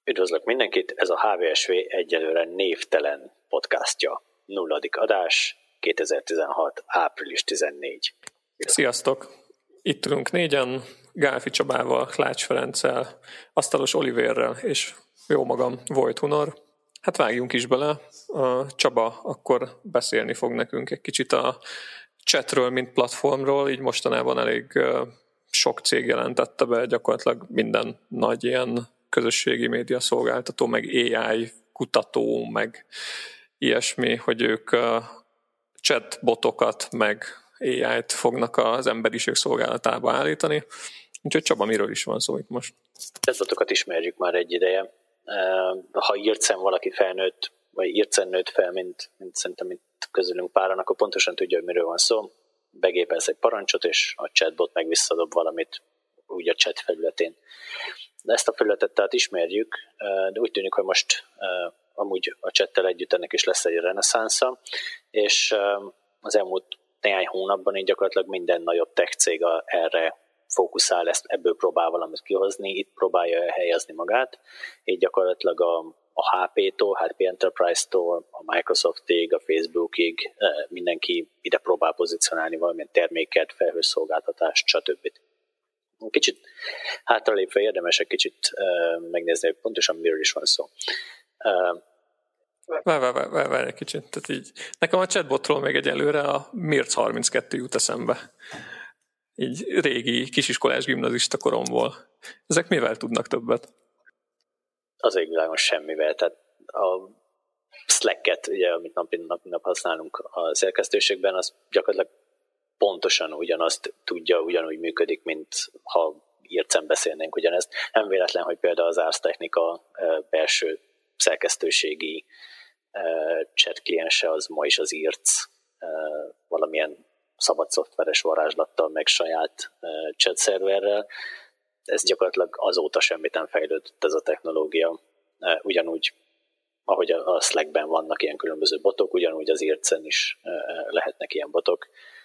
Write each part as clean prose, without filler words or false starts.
Üdvözlök mindenkit, ez a HVSV egyelőre névtelen podcastja. 0. adás, 2016. április 14. Sziasztok! Itt ülünk négyen, Gálfi Csabával, Klács Ferenccel, Asztalos Olivérrel és jó magam, Vojt Hunor. Hát vágjunk is bele. Csaba akkor beszélni fog nekünk egy kicsit a chatről, mint platformról, így mostanában elég sok cég jelentette be, gyakorlatilag minden nagy ilyen közösségi média szolgáltató, meg AI kutató, meg ilyesmi, hogy ők chatbotokat, meg AI-t fognak az emberiség szolgálatába állítani. Úgyhogy Csaba, miről is van szó itt most? Chatbotokat ismerjük már egy ideje. Ha írtszem valaki felnőtt, vagy írtszem nőtt fel, mint szerintem itt közülünk páran, akkor pontosan tudja, hogy miről van szó. Begépelsz egy parancsot, és a chatbot meg visszadob valamit úgy a chat felületén. De ezt a felületet tehát ismerjük, de úgy tűnik, hogy most amúgy a chattel együtt ennek is lesz egy reneszánsza, és az elmúlt néhány hónapban így gyakorlatilag minden nagyobb tech cég erre fókuszál, ebből próbál valamit kihozni, itt próbálja elhelyezni magát, így gyakorlatilag a HP-tól, HP Enterprise-tól, a Microsoftig, a Facebookig mindenki ide próbál pozícionálni valamilyen terméket, felhőszolgáltatást, stb. Kicsit hátralépve érdemes egy kicsit megnézni, hogy pontosan miről is van szó. Várj egy kicsit. Tehát így, nekem a chatbotról még egyelőre a Mirc 32 jut eszembe. Így régi kisiskolás gimnazista koromból. Ezek mivel tudnak többet? Az égvilágon semmivel. Tehát a Slack-et, ugye, amit nap használunk a szerkesztőségben, az gyakorlatilag pontosan ugyanazt tudja, ugyanúgy működik, mint ha írcen beszélnénk ugyanezt. Nem véletlen, hogy például az Ars Technica belső szerkesztőségi chat kliense az ma is az IRC valamilyen szabad szoftveres varázslattal, meg saját chat szerverrel. Ez gyakorlatilag azóta semmit nem fejlődött ez a technológia. Ugyanúgy, ahogy a Slackben vannak ilyen különböző botok, ugyanúgy az IRC-en is lehetnek ilyen botok.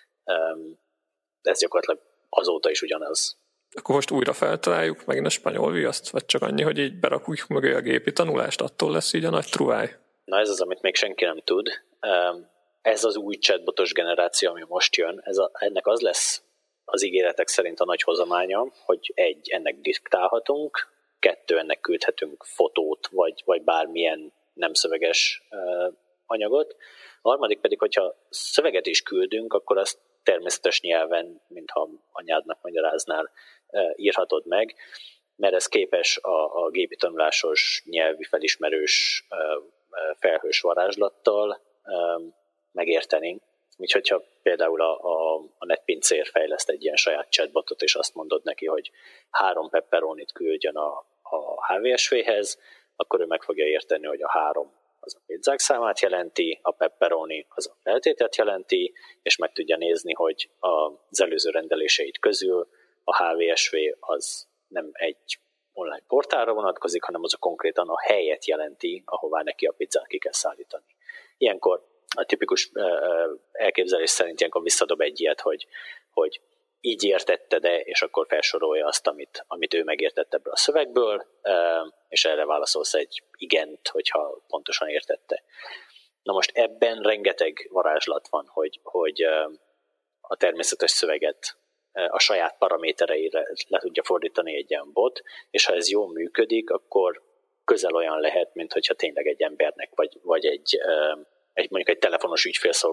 Ez gyakorlatilag azóta is ugyanaz. Akkor most újra feltaláljuk megint a spanyol viaszt, vagy csak annyi, hogy így berakjuk mögé a gépi tanulást, attól lesz így a nagy truváj? Na ez az, amit még senki nem tud. Ez az új chatbotos generáció, ami most jön, ennek az lesz az ígéretek szerint a nagy hozománya, hogy 1, ennek diktálhatunk, 2, ennek küldhetünk fotót, vagy bármilyen nem szöveges anyagot. A harmadik pedig, hogyha szöveget is küldünk, akkor azt természetes nyelven, mintha anyádnak magyaráznál, írhatod meg, mert ez képes a gépi tanulásos, nyelvi felismerős, felhős varázslattal megérteni. Úgyhogy ha például a netpincér fejleszt egy ilyen saját chatbotot, és azt mondod neki, hogy 3 pepperonit küldjön a HVSV-hez, akkor ő meg fogja érteni, hogy a 3 az a pizzák számát jelenti, a pepperoni az a feltételt jelenti, és meg tudja nézni, hogy az előző rendeléseit közül a HVSV az nem egy online portálra vonatkozik, hanem az a konkrétan a helyet jelenti, ahová neki a pizzát ki kell szállítani. Ilyenkor a tipikus elképzelés szerint ilyenkor visszadob egy ilyet, hogy így értette-e, és akkor felsorolja azt, amit ő megértett ebből a szövegből, és erre válaszolsz egy igent, hogyha pontosan értette. Na most ebben rengeteg varázslat van, hogy a természetes szöveget a saját paramétereire le tudja fordítani egy ilyen bot, és ha ez jól működik, akkor közel olyan lehet, mint hogyha tényleg egy embernek, vagy egy mondjuk egy telefonos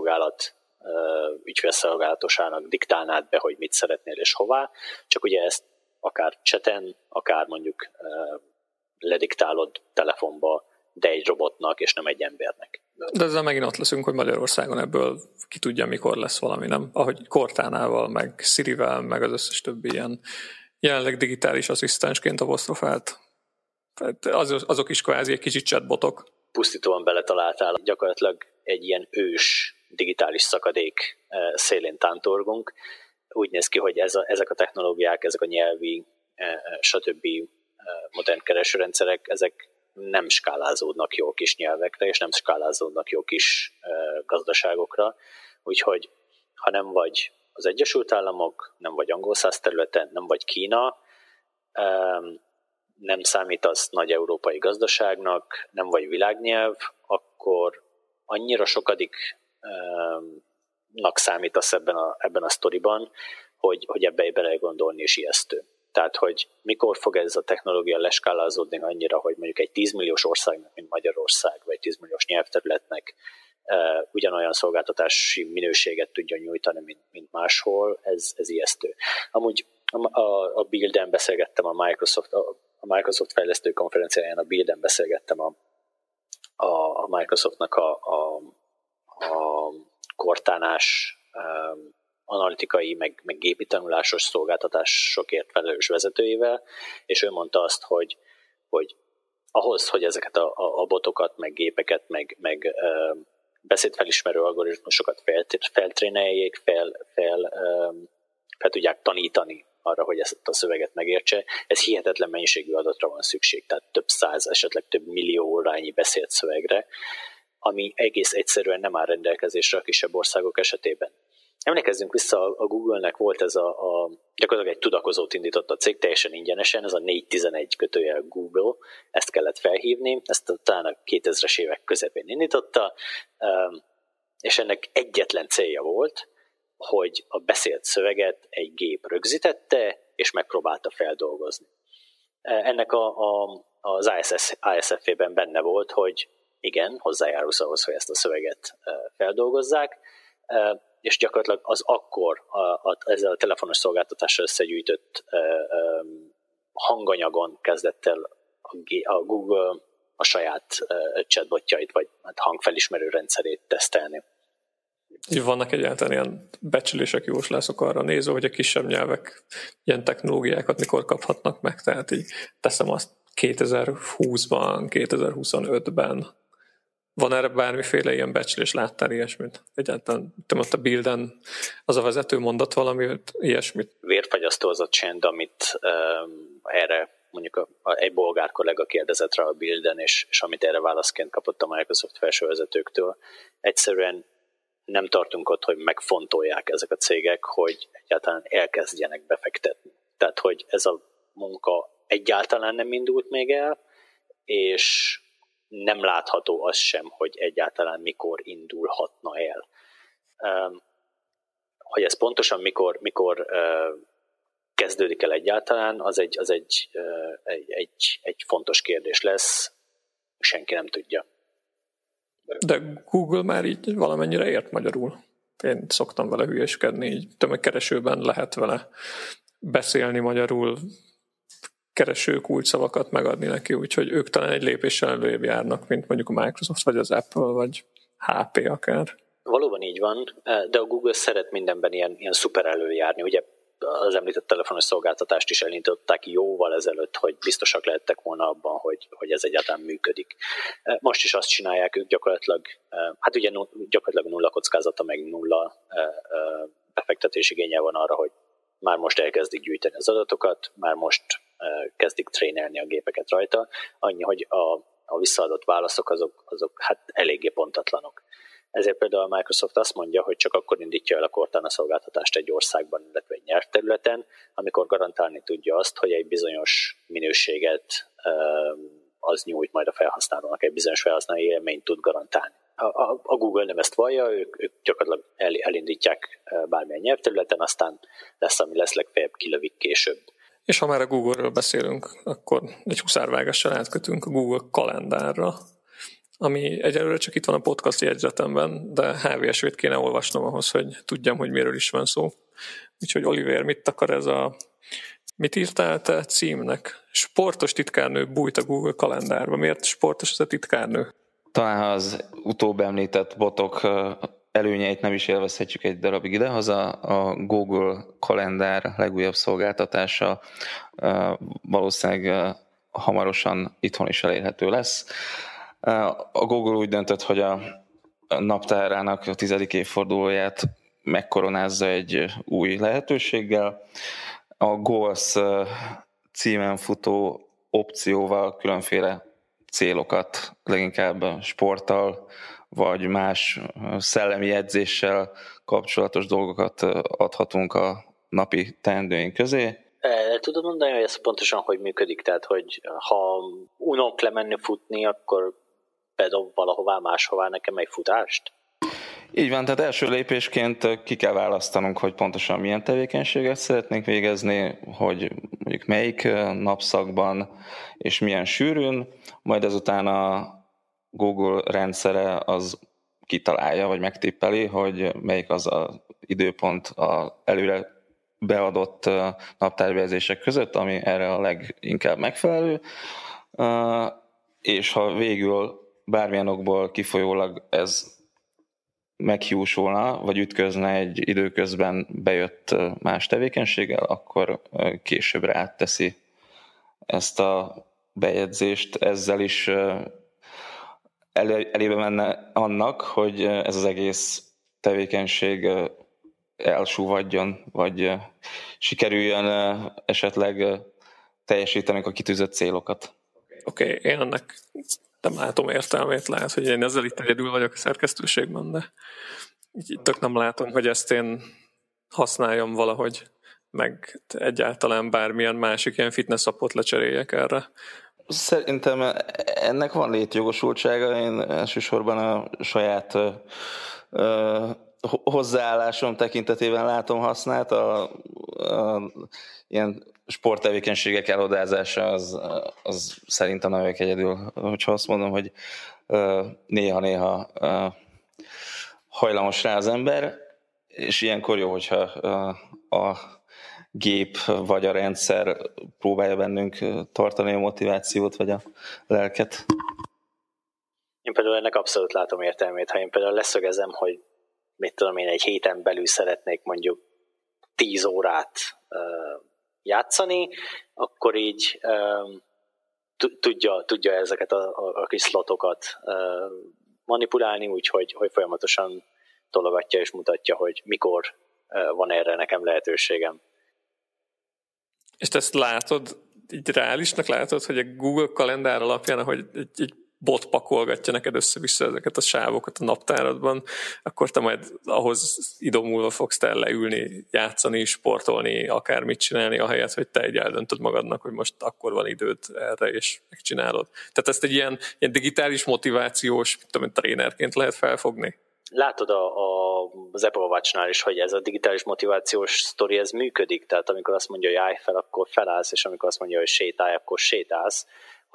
ügyfélszolgálatosának diktálnád be, hogy mit szeretnél és hová, csak ugye ezt akár chaten, akár mondjuk lediktálod telefonba, de egy robotnak, és nem egy embernek. De ezzel megint ott leszünk, hogy Magyarországon ebből ki tudja, mikor lesz valami, nem? Ahogy Cortánával, meg Sirivel, meg az összes többi ilyen jelenleg digitális asszisztensként apostrofált. Azok is kvázi egy kicsit chatbotok. Pusztítóan beletaláltál. Gyakorlatilag egy ilyen ős digitális szakadék szélén tántorgunk. Úgy néz ki, hogy ezek a technológiák, ezek a nyelvi, stb. Modern keresőrendszerek, ezek nem skálázódnak jó kis nyelvekre, és nem skálázódnak jó kis gazdaságokra. Úgyhogy ha nem vagy az Egyesült Államok, nem vagy angol száz területen, nem vagy Kína, nem számítasz nagy európai gazdaságnak, nem vagy világnyelv, akkor annyira sokadiknak számítasz ebben a sztoriban, hogy ebbe bele gondolni is ijesztő. Tehát, hogy mikor fog ez a technológia leskálázódni annyira, hogy mondjuk egy 10 milliós országnak, mint Magyarország, vagy 10 milliós nyelvterületnek ugyanolyan szolgáltatási minőséget tudjon nyújtani, mint máshol, ez ijesztő. Amúgy a Build-en beszélgettem a Microsoft fejlesztő konferenciáján, a Build-en beszélgettem a Microsoftnak a Cortánás analitikai, meg gépi tanulásos szolgáltatásokért felelős vezetőjével, és ő mondta azt, hogy ahhoz, hogy ezeket a botokat, meg gépeket, meg beszédfelismerő algoritmusokat feltréneljék, fel tudják tanítani arra, hogy ezt a szöveget megértse, ez hihetetlen mennyiségű adatra van szükség, tehát több száz, esetleg több millió órányi beszélt szövegre, ami egész egyszerűen nem áll rendelkezésre a kisebb országok esetében. Emlékezzünk vissza, a Google-nek volt ez gyakorlatilag egy tudakozót indított a cég, teljesen ingyenesen, ez a 411 Google, ezt kellett felhívni, ezt talán a 2000-es évek közepén indította, és ennek egyetlen célja volt, hogy a beszélt szöveget egy gép rögzítette, és megpróbálta feldolgozni. Ennek az ISF-ben benne volt, hogy igen, hozzájárulsz ahhoz, hogy ezt a szöveget feldolgozzák, és gyakorlatilag az akkor ezzel a telefonos szolgáltatással összegyűjtött hanganyagon kezdett el a Google a saját chatbotjait, vagy hangfelismerő rendszerét tesztelni. Vannak egyáltalán ilyen becslések, jóslások arra nézve, hogy a kisebb nyelvek ilyen technológiákat mikor kaphatnak meg, tehát így teszem azt 2020-ban, 2025-ben. Van erre bármiféle ilyen becslés, láttál ilyesmit? Egyáltalán ott a Build-en az a vezető mondott valamit, ilyesmit? Vérfagyasztó az a csend, amit erre mondjuk egy bolgár kollega kérdezett rá a Build-en, és amit erre válaszként kapott a Microsoft felsővezetőktől. Egyszerűen nem tartunk ott, hogy megfontolják ezek a cégek, hogy egyáltalán elkezdjenek befektetni. Tehát, hogy ez a munka egyáltalán nem indult még el, és nem látható az sem, hogy egyáltalán mikor indulhatna el. Hogy ez pontosan mikor kezdődik el egyáltalán, az egy fontos kérdés lesz, senki nem tudja. De Google már így valamennyire ért magyarul. Én szoktam vele hülyeskedni, így tömegkeresőben lehet vele beszélni magyarul, kereső kulcsszavakat megadni neki, úgyhogy ők talán egy lépéssel előrébb járnak, mint mondjuk a Microsoft, vagy az Apple, vagy HP akár. Valóban így van, de a Google szeret mindenben ilyen szuper előjárni. Ugye az említett telefonos szolgáltatást is elindították jóval ezelőtt, hogy biztosak lehettek volna abban, hogy ez egyáltalán működik. Most is azt csinálják ők gyakorlatilag, hát ugye gyakorlatilag nulla kockázata, meg nulla befektetés igénye van arra, hogy már most elkezdik gyűjteni az adatokat, már most kezdik trénelni a gépeket rajta. Annyi, hogy a visszaadott válaszok azok hát eléggé pontatlanok. Ezért például a Microsoft azt mondja, hogy csak akkor indítja el a Cortana szolgáltatást egy országban, illetve egy nyelvterületen, amikor garantálni tudja azt, hogy egy bizonyos minőséget az nyújt majd a felhasználónak, egy bizonyos felhasználói élményt tud garantálni. A Google nem ezt vallja, ők gyakorlatilag elindítják bármilyen nyelvterületen, aztán lesz, ami lesz, legfeljebb kilövik később. És ha már a Google-ről beszélünk, akkor egy huszárvágással átkötünk a Google kalendárra, ami egyelőre csak itt van a podcast jegyzetemben, de HVSV-t kéne olvasnom ahhoz, hogy tudjam, hogy miről is van szó. Úgyhogy Oliver, mit akar ez mit írtál te címnek? Sportos titkárnő bújt a Google kalendárba. Miért sportos ez a titkárnő? Talán az utóbb említett botok előnyeit nem is élvezhetjük egy darabig idehaza. A Google kalendár legújabb szolgáltatása valószínűleg hamarosan itthon is elérhető lesz. A Google úgy döntött, hogy a naptárának a 10. évfordulóját megkoronázza egy új lehetőséggel. A Goals címen futó opcióval különféle célokat, leginkább sporttal, vagy más szellemi edzéssel kapcsolatos dolgokat adhatunk a napi teendőink közé. Tudod mondani, hogy ez pontosan hogy működik? Tehát, hogy ha unok lemenni futni, akkor bedob valahová máshová nekem egy futást? Így van, tehát első lépésként ki kell választanunk, hogy pontosan milyen tevékenységet szeretnénk végezni, hogy mondjuk melyik napszakban és milyen sűrűn, majd ezután a Google rendszere az kitalálja, vagy megtippeli, hogy melyik az az időpont az előre beadott naptárjelzések között, ami erre a leginkább megfelelő, és ha végül bármilyen okból kifolyólag ez meghiúsulna, vagy ütközne egy időközben bejött más tevékenységgel, akkor későbbre átteszi ezt a bejegyzést. Ezzel is elébe menne annak, hogy ez az egész tevékenység elsúvadjon, vagy sikerüljön esetleg teljesítenünk a kitűzött célokat. Oké, én ennek nem látom értelmét, lehet, hogy én ezzel itt egyedül vagyok a szerkesztőségben, de így tök nem látom, hogy ezt én használjam valahogy, meg egyáltalán bármilyen másik ilyen fitness appot lecseréljek erre. Szerintem ennek van létjogosultsága, én elsősorban a saját hozzáállásom tekintetében látom hasznát, a ilyen sporttevékenységek elodázása az szerintem nem vagyok egyedül. Hogyha azt mondom, hogy néha-néha hajlamos rá az ember, és ilyenkor jó, hogyha a gép vagy a rendszer próbálja bennünk tartani a motivációt, vagy a lelket. Én például ennek abszolút látom értelmét. Ha én például leszögezem, hogy mit tudom én, egy héten belül szeretnék mondjuk 10 órát játszani, akkor így tudja ezeket a kis szlotokat manipulálni, úgyhogy folyamatosan tologatja és mutatja, hogy mikor van erre nekem lehetőségem. És te ezt látod, így reálisnak látod, hogy a Google kalendár alapján, ahogy egy bot pakolgatja neked össze-vissza ezeket a sávokat a naptáradban, akkor te majd ahhoz idomulva fogsz te leülni, játszani, sportolni, akármit csinálni, ahelyett, hogy te egy eldöntöd magadnak, hogy most akkor van időd erre, és megcsinálod. Tehát ezt egy ilyen digitális motivációs, trénerként lehet felfogni. Látod az Apple Watch-nál is, hogy ez a digitális motivációs sztori, ez működik, tehát amikor azt mondja, hogy állj fel, akkor felállsz, és amikor azt mondja, hogy sétálj, akkor sétálsz.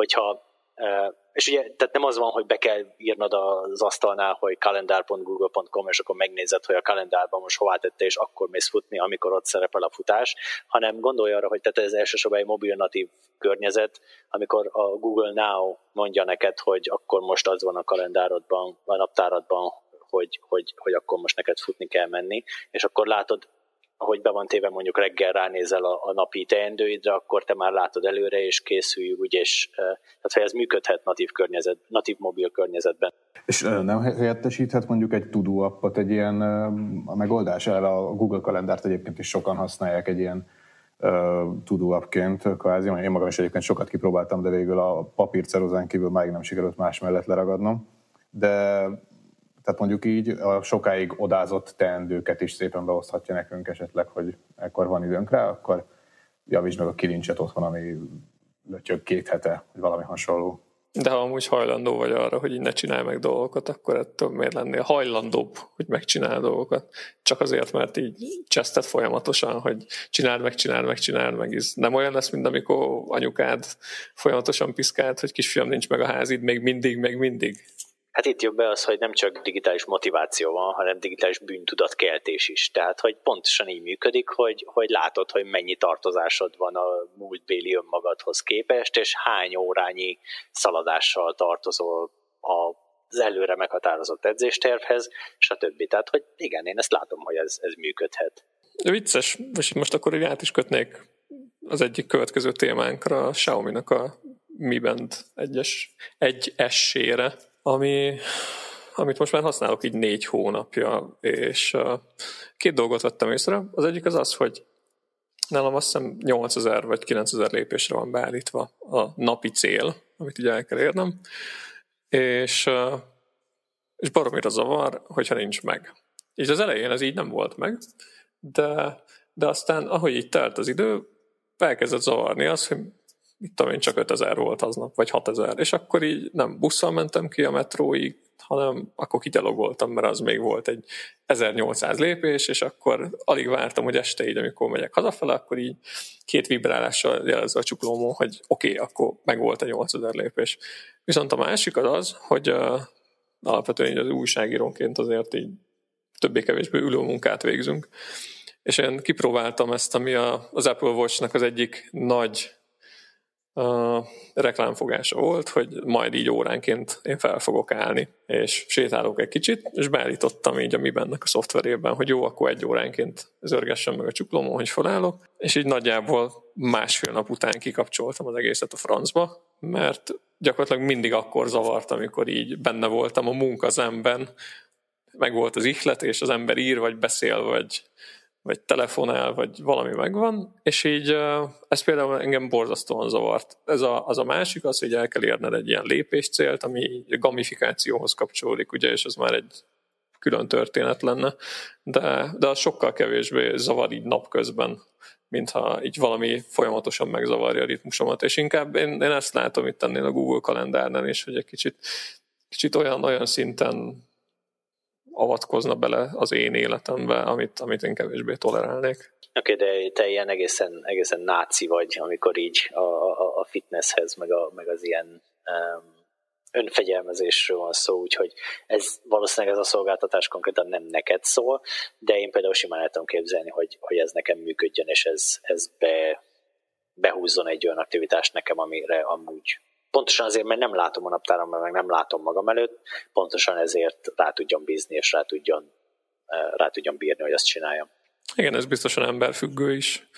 És ugye, tehát nem az van, hogy be kell írnod az asztalnál, hogy calendar.google.com, és akkor megnézed, hogy a kalendárban most hová tette, és akkor mész futni, amikor ott szerepel a futás, hanem gondolj arra, hogy tehát ez elsősorban egy mobil natív környezet, amikor a Google Now mondja neked, hogy akkor most az van a kalendárodban, a naptáradban, hogy akkor most neked futni kell menni, és akkor látod, ahogy be van téve, mondjuk reggel ránézel a napi teendőidre, akkor te már látod előre, és készülj úgy, és tehát hogy ez működhet natív mobil környezetben. És nem helyettesíthet mondjuk egy to-do appot egy ilyen megoldás? Erre a Google kalendárt egyébként is sokan használják egy ilyen to-do appként, kvázi. Én magam is egyébként sokat kipróbáltam, de végül a papírceruzán kívül máig nem sikerült más mellett leragadnom. De tehát mondjuk így a sokáig odázott teendőket is szépen beoszthatja nekünk esetleg, hogy ekkor van időnk rá, akkor javítsd meg a kilincset otthon, ami lötyög 2 hete, vagy valami hasonló. De ha amúgy hajlandó vagy arra, hogy így ne csinálj meg dolgokat, akkor ettől miért lennél hajlandóbb, hogy megcsinálj dolgokat? Csak azért, mert így cseszted folyamatosan, hogy csináld meg. Ez nem olyan lesz, mint amikor anyukád folyamatosan piszkált, hogy kisfiam, nincs meg a házid, még mindig. Hát itt jön be az, hogy nem csak digitális motiváció van, hanem digitális bűntudatkeltés is. Tehát, hogy pontosan így működik, hogy látod, hogy mennyi tartozásod van a múltbéli önmagadhoz képest, és hány órányi szaladással tartozol az előre meghatározott edzéstervhez, stb. Tehát, hogy igen, én ezt látom, hogy ez működhet. Vicces, és most akkor így át is kötnék az egyik következő témánkra, a Xiaomi-nak a Mi Band 1S-ére, amit most már használok így 4 hónapja, és 2 dolgot vettem észre. Az egyik az, hogy nálam azt hiszem 8000 vagy 9000 lépésre van beállítva a napi cél, amit így el kell érnem, és baromira zavar, hogyha nincs meg. És az elején ez így nem volt meg, de aztán, ahogy így telt az idő, elkezdett zavarni az, hogy mit tudom én, csak 5000 volt aznap, vagy 6000, és akkor így nem busszal mentem ki a metróig, hanem akkor kigyalogoltam, mert az még volt egy 1800 lépés, és akkor alig vártam, hogy este így, amikor megyek hazafele, akkor így 2 vibrálással jelezve a csuklómon, hogy oké, akkor meg volt a 8000 lépés. Viszont a másik az, hogy alapvetően így az újságírónként azért így többé-kevésbé ülő munkát végzünk, és én kipróbáltam ezt, ami az Apple Watch-nak az egyik nagy reklámfogása volt, hogy majd így óránként én fel fogok állni, és sétálok egy kicsit, és beállítottam így a Mi Bandnek a szoftverében, hogy jó, akkor 1 óránként zörgessem meg a csuklómon, hogy felállok, és így nagyjából 1,5 nap után kikapcsoltam az egészet a francba, mert gyakorlatilag mindig akkor zavart, amikor így benne voltam a munkazemben, meg volt az ihlet, és az ember ír, vagy beszél, vagy telefonál, vagy valami megvan, és így ez például engem borzasztóan zavart. Az a másik az, hogy el kell érned egy ilyen lépéscélt, ami gamifikációhoz kapcsolódik, ugye, és az már egy külön történet lenne, de az sokkal kevésbé zavar így napközben, mintha így valami folyamatosan megzavarja a ritmusomat, és inkább én ezt látom itt ennél a Google kalendárnál is, hogy egy kicsit olyan szinten avatkozna bele az én életembe, amit én kevésbé tolerálnék. Oké, de te ilyen egészen náci vagy, amikor így a fitnesshez, meg az ilyen önfegyelmezésről van szó, úgyhogy valószínűleg ez a szolgáltatás konkrétan nem neked szól, de én például simán el tudom képzelni, hogy ez nekem működjön, és ez behúzzon egy olyan aktivitást nekem, amire amúgy pontosan azért, mert nem látom a naptáramban, meg nem látom magam előtt, pontosan ezért rá tudjon bízni, és rá tudjon bírni, hogy azt csináljam. Igen, ez biztosan emberfüggő is.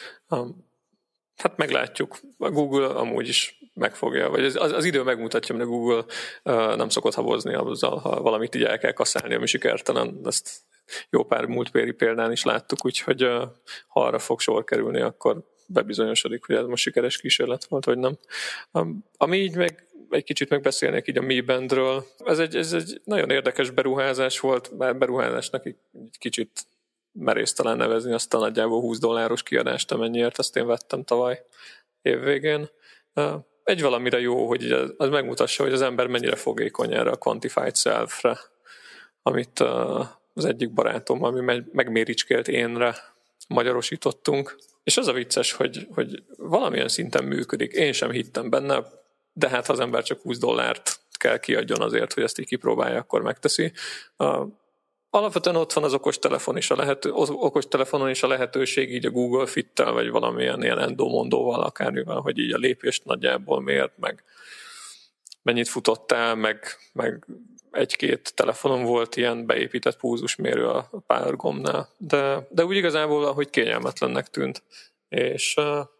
Hát meglátjuk. A Google amúgy is megfogja, vagy az idő megmutatja, mert a Google nem szokott habozni azzal, ha valamit így el kell kasszálni, ami sikertelen. Ezt jó pár múltbéli példán is láttuk, úgyhogy ha arra fog sor kerülni, akkor bebizonyosodik, hogy ez most sikeres kísérlet volt, vagy nem. Ami így egy kicsit megbeszélnék így a Mi Bandről. Ez egy nagyon érdekes beruházás volt, bár beruházásnak egy kicsit merész talán nevezni azt a nagyjából $20 kiadást, amennyiért azt én vettem tavaly évvégén. Egy valamire jó, hogy az megmutassa, hogy az ember mennyire fogékony erre a quantified self-re, amit az egyik barátom, ami megméricskélt énre magyarosítottunk. És az a vicces, hogy valamilyen szinten működik. Én sem hittem benne, de hát ha az ember csak $20 kell kiadjon azért, hogy ezt így kipróbálja, akkor megteszi. Alapvetően ott van az okostelefonon is a lehetőség így a Google Fit-tel, vagy valamilyen ilyen endomondóval, akármivel, hogy így a lépést nagyjából mért, meg mennyit futottál, meg 1-2 telefonon volt ilyen beépített pulzusmérő a Power Gombnál, de úgy igazából, ahogy kényelmetlennek tűnt. És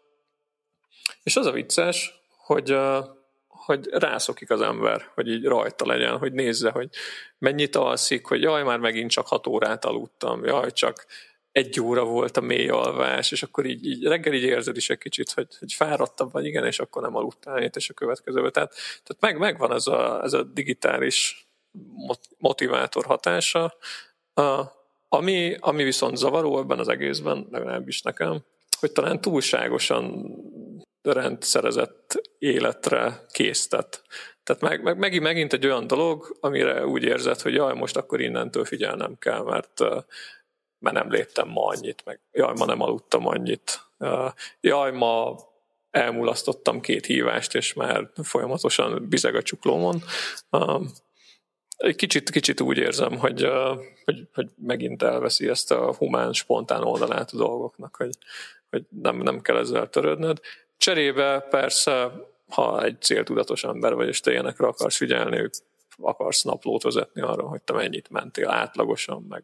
az a vicces, hogy rászokik az ember, hogy így rajta legyen, hogy nézze, hogy mennyit alszik, hogy jaj, már megint csak 6 órát aludtam, jaj, csak 1 óra volt a mély alvás, és akkor így reggel így érzed is egy kicsit, hogy fáradtabb vagy, igen, és akkor nem aludtál annyit, és a következőben. Tehát megvan ez a digitális motivátor hatása, ami viszont zavaró ebben az egészben, legalábbis nekem, hogy talán túlságosan rendszerezett életre késztet. Tehát megint egy olyan dolog, amire úgy érzed, hogy jaj, most akkor innentől figyelnem kell, mert nem léptem ma annyit, meg jaj, ma nem aludtam annyit, jaj, ma elmulasztottam 2 hívást, és már folyamatosan bizeg a csuklómon. Egy kicsit úgy érzem, hogy megint elveszi ezt a humán, spontán oldalát a dolgoknak, hogy nem kell ezzel törődnöd. Cserébe persze, ha egy céltudatos ember vagy, és te ilyenekre akarsz figyelni, akarsz naplót vezetni arra, hogy te mennyit mentél átlagosan,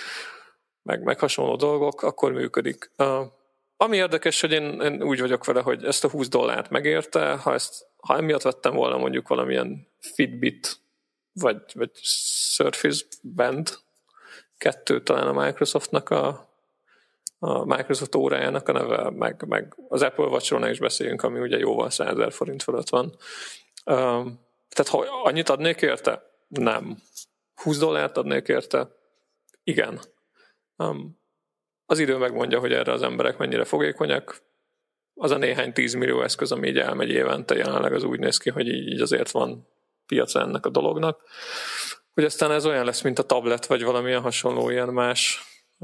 meg hasonló dolgok, akkor működik. Ami érdekes, hogy én úgy vagyok vele, hogy ezt a $20 megérte, ha emiatt vettem volna mondjuk valamilyen Fitbit, vagy Surface Band 2, talán a Microsoftnak a Microsoft órájának a neve, meg az Apple Watch-ról is beszéljünk, ami ugye jóval 100 000 forint fölött van. Tehát ha annyit adnék érte? Nem. $20 adnék érte? Igen. Az idő megmondja, hogy erre az emberek mennyire fogékonyak. az a néhány 10 millió eszköz, ami így elmegy évente, jelenleg az úgy néz ki, hogy így azért van piaca ennek a dolognak. Hogy aztán ez olyan lesz, mint a tablet, vagy valamilyen hasonló ilyen más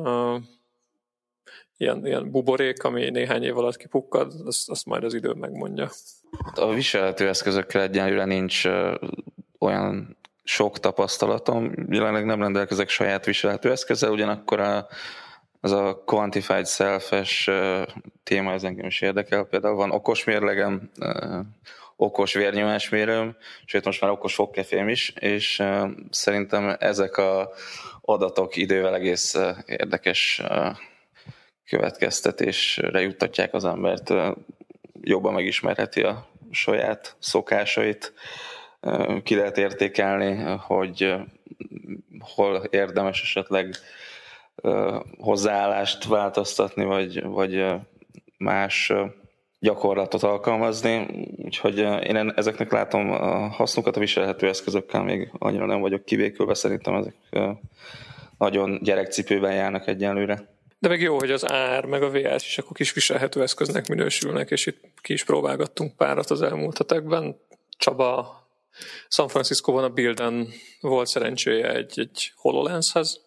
ilyen buborék, ami néhány év alatt kipukkad, azt majd az idő megmondja. A viselhető eszközökkel egyenlőre nincs olyan sok tapasztalatom. Jelenleg nem rendelkezek saját viselhető eszközzel, ugyanakkor az a quantified self-es téma, ez engem is érdekel. Például van okos mérlegem, okos vérnyomásmérőm, sőt most már okos fogkefém is, és szerintem ezek az adatok idővel egész érdekes következtetésre juttatják az embert, jobban megismerheti a saját szokásait, ki lehet értékelni, hogy hol érdemes esetleg hozzáállást változtatni, vagy más gyakorlatot alkalmazni. Úgyhogy én ezeknek látom a hasznukat, a viselhető eszközökkel még annyira nem vagyok kivékülve, szerintem ezek nagyon gyerekcipőben járnak egyenlőre. De meg jó, hogy az AR meg a VR is akkor kis viselhető eszköznek minősülnek, és itt ki is próbálgattunk párat az elmúlt hetekben. Csaba San Franciscóban a Builden volt szerencséje egy HoloLenshez,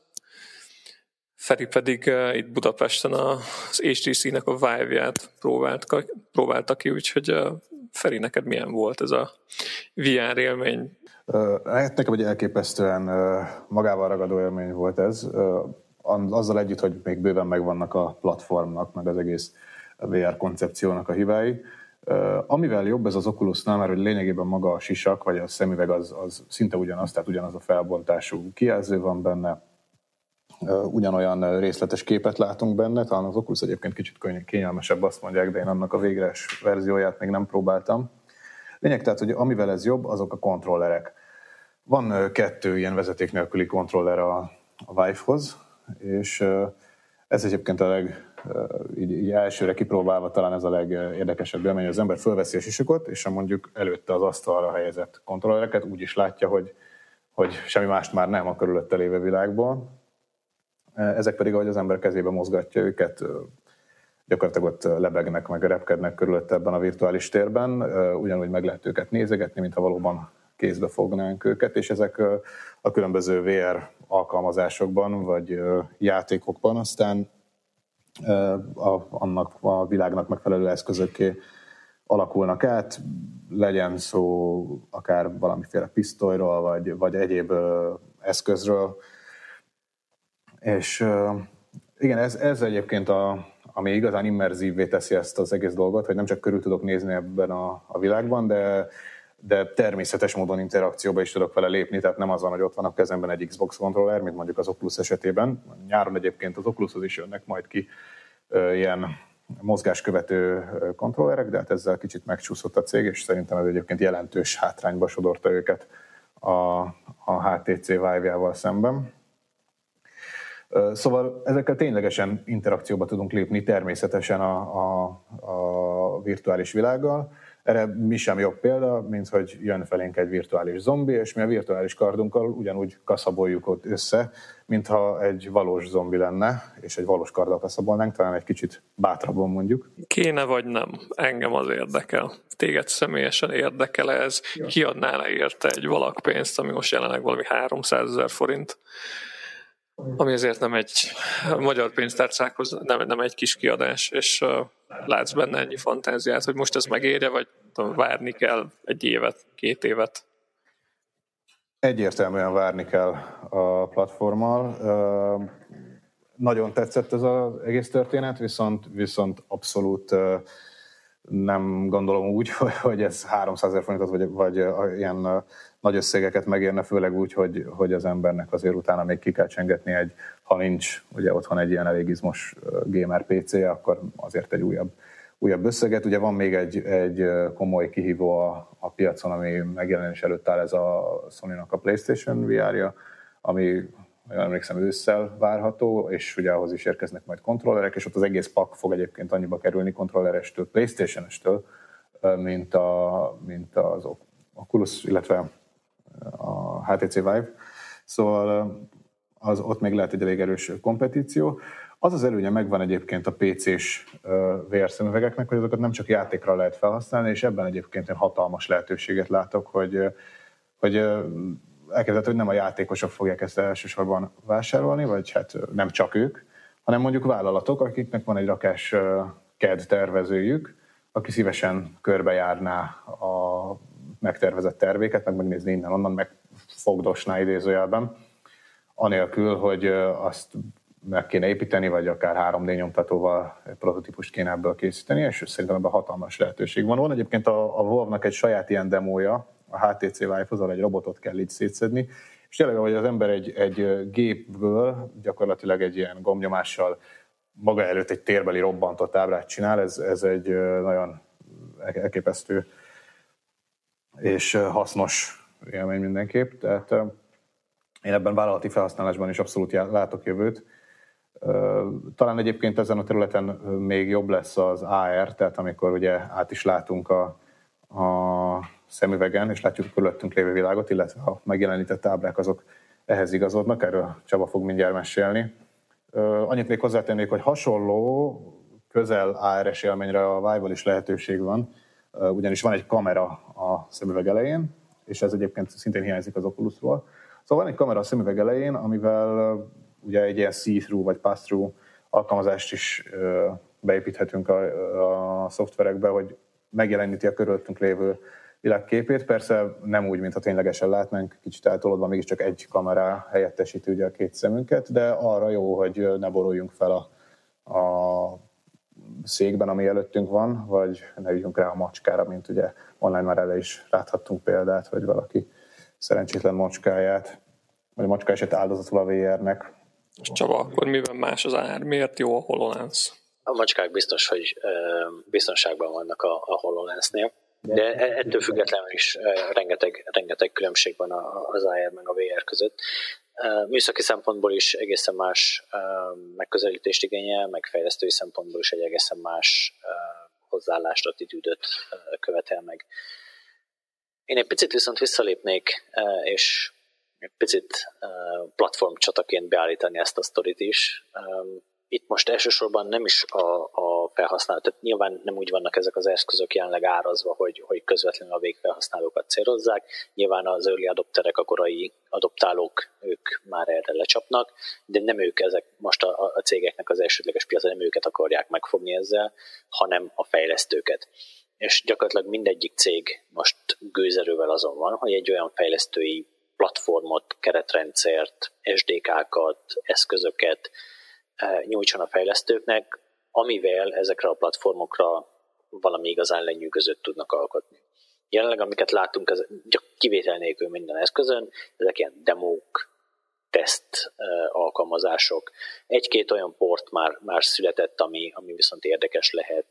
Feri pedig itt Budapesten az HTC-nek a Vive-ját próbálta ki, úgyhogy Feri, neked milyen volt ez a VR élmény? Nekem egy elképesztően magával ragadó élmény volt ez. Azzal együtt, hogy még bőven megvannak a platformnak, meg az egész VR koncepciónak a hibái. Amivel jobb ez az Oculusnál, mert hogy lényegében maga a sisak, vagy a szemüveg az szinte ugyanaz, tehát ugyanaz a felbontású kijelző van benne, ugyanolyan részletes képet látunk benne, talán az Oculus egyébként kicsit kényelmesebb, azt mondják, de én annak a végleges verzióját még nem próbáltam. Lényeg tehát, hogy amivel ez jobb, azok a kontrollerek. Van 2 ilyen vezeték nélküli kontroller a Vive-hoz, és ez egyébként így elsőre kipróbálva talán ez a legérdekesebb élmény, az ember fölveszi a sisakot, és mondjuk előtte az asztalra helyezett kontrollereket úgy is látja, hogy semmi mást már nem a körülötte lévő világból. Ezek pedig, ahogy az ember kezébe mozgatja őket, gyakorlatilag ott lebegnek, meg repkednek körülötte ebben a virtuális térben, ugyanúgy meg lehet őket nézegetni, mintha valóban kézbe fognánk őket, és ezek a különböző VR alkalmazásokban, vagy játékokban aztán annak a világnak megfelelő eszközökké alakulnak át, legyen szó akár valamiféle pisztolyról, vagy egyéb eszközről. És igen, ez egyébként ami igazán immerzívvé teszi ezt az egész dolgot, hogy nem csak körül tudok nézni ebben a világban, de természetes módon interakcióba is tudok vele lépni, tehát nem az van, hogy ott van a kezemben egy Xbox kontroller, mint mondjuk az Oculus esetében. Nyáron egyébként az Oculushoz is jönnek majd ki ilyen mozgáskövető kontrollerek, de hát ezzel kicsit megcsúszott a cég, és szerintem ez egyébként jelentős hátrányba sodorta őket a HTC Vive-jával szemben. Szóval ezekkel ténylegesen interakcióba tudunk lépni természetesen a virtuális világgal. Erre mi sem jobb példa, mint hogy jön felénk egy virtuális zombi, és mi a virtuális kardunkkal ugyanúgy kaszaboljuk ott össze, mintha egy valós zombi lenne, és egy valós karddal kaszabolnánk, talán egy kicsit bátrabban mondjuk. Kéne vagy nem? Engem az érdekel. Téged személyesen érdekel ez? Kiadnál-e érte egy valakpénzt, ami most jelenleg valami 300 000 forint? Ami azért nem egy magyar pénztárcákhoz nem egy kis kiadás, és látsz benne ennyi fantáziát, hogy most ez megérje, vagy várni kell 1 évet, 2 évet? Egyértelműen várni kell a platformmal. Nagyon tetszett ez az egész történet, viszont abszolút nem gondolom úgy, hogy ez 300 000 forintot, vagy ilyen nagy összegeket megérne, főleg úgy, hogy az embernek azért utána még ki kell csengetni ha nincs ugye otthon egy ilyen elég izmos gamer PC-je, akkor azért egy újabb összeget. Ugye van még egy komoly kihívó a piacon, ami megjelenés előtt áll, ez a Sony-nak a PlayStation VR-ja, ami, emlékszem, ősszel várható, és ugye ahhoz is érkeznek majd kontrollerek, és ott az egész pak fog egyébként annyiba kerülni kontrollerestől, PlayStation-estől, mint az Oculus, illetve a HTC Vive. Szóval ott még lehet egy elég erős kompetíció. Az az előnye megvan egyébként a PC-s VR szemüvegeknek, hogy azokat nem csak játékra lehet felhasználni, és ebben egyébként én hatalmas lehetőséget látok, hogy elképzelhető, hogy nem a játékosok fogják ezt elsősorban vásárolni, vagy hát nem csak ők, hanem mondjuk vállalatok, akiknek van egy rakás CAD tervezőjük, aki szívesen körbejárná a megtervezett tervéket, meg megnézni innen-onnan, megfogdosná idézőjelben, anélkül, hogy azt meg kéne építeni, vagy akár 3D nyomtatóval egy prototípust kéne ebből készíteni, és szerintem ebben hatalmas lehetőség van. Van egyébként a Valve-nak egy saját ilyen demója, a HTC Vive-hoz, ahol egy robotot kell így szétszedni, és tényleg, hogy az ember egy gépből gyakorlatilag egy ilyen gombnyomással maga előtt egy térbeli robbantott ábrát csinál, ez egy nagyon elképesztő és hasznos élmény mindenképp. Tehát én ebben vállalati felhasználásban is abszolút látok jövőt. Talán egyébként ezen a területen még jobb lesz az AR, tehát amikor ugye át is látunk a szemüvegen, és látjuk a körülöttünk lévő világot, illetve a megjelenített ábrák azok ehhez igazodnak, erről Csaba fog mindjárt mesélni. Annyit még hozzátennék, hogy hasonló közel AR-es élményre a Vive-val is lehetőség van, ugyanis van egy kamera a szemüveg elején, és ez egyébként szintén hiányzik az Oculusról. Szóval van egy kamera a szemüveg elején, amivel ugye egy ilyen see-through vagy pass-through alkalmazást is beépíthetünk a szoftverekbe, hogy megjeleníti a körülöttünk lévő világképét. Persze nem úgy, mintha ténylegesen látnánk, kicsit eltolódva, mégiscsak egy kamera helyettesíti ugye a két szemünket, de arra jó, hogy ne boruljunk fel a székben, ami előttünk van, vagy ne üljünk rá a macskára, mint ugye online már ele is láthattunk példát, hogy valaki szerencsétlen macskáját, vagy a macska eset áldozatul a VR-nek. És Csaba, akkor miben más az AR? Miért jó a HoloLens? A macskák biztos, hogy biztonságban vannak a HoloLensnél, de ettől függetlenül is rengeteg különbség van az AR meg a VR között. Műszaki szempontból is egészen más megközelítést igényel, meg fejlesztői szempontból is egy egészen más hozzáállást, attitűdöt követel meg. Én egy picit viszont visszalépnék, és egy picit platformcsataként beállítani ezt a sztorit is. Itt most elsősorban nem is a felhasználó, tehát nyilván nem úgy vannak ezek az eszközök jelenleg árazva, hogy közvetlenül a végfelhasználókat célozzák. Nyilván az early adopterek, a korai adoptálók, ők már erre lecsapnak, de nem ők ezek most a cégeknek az elsődleges piaca, nem őket akarják megfogni ezzel, hanem a fejlesztőket. És gyakorlatilag mindegyik cég most gőzerővel azon van, hogy egy olyan fejlesztői platformot, keretrendszert, SDK-kat, eszközöket nyújtson a fejlesztőknek, amivel ezekre a platformokra valami igazán lenyűgözőt tudnak alkotni. Jelenleg, amiket látunk, ez kivétel nélkül minden eszközön, ezek ilyen demók, teszt alkalmazások. Egy-két olyan port már született, ami viszont érdekes lehet.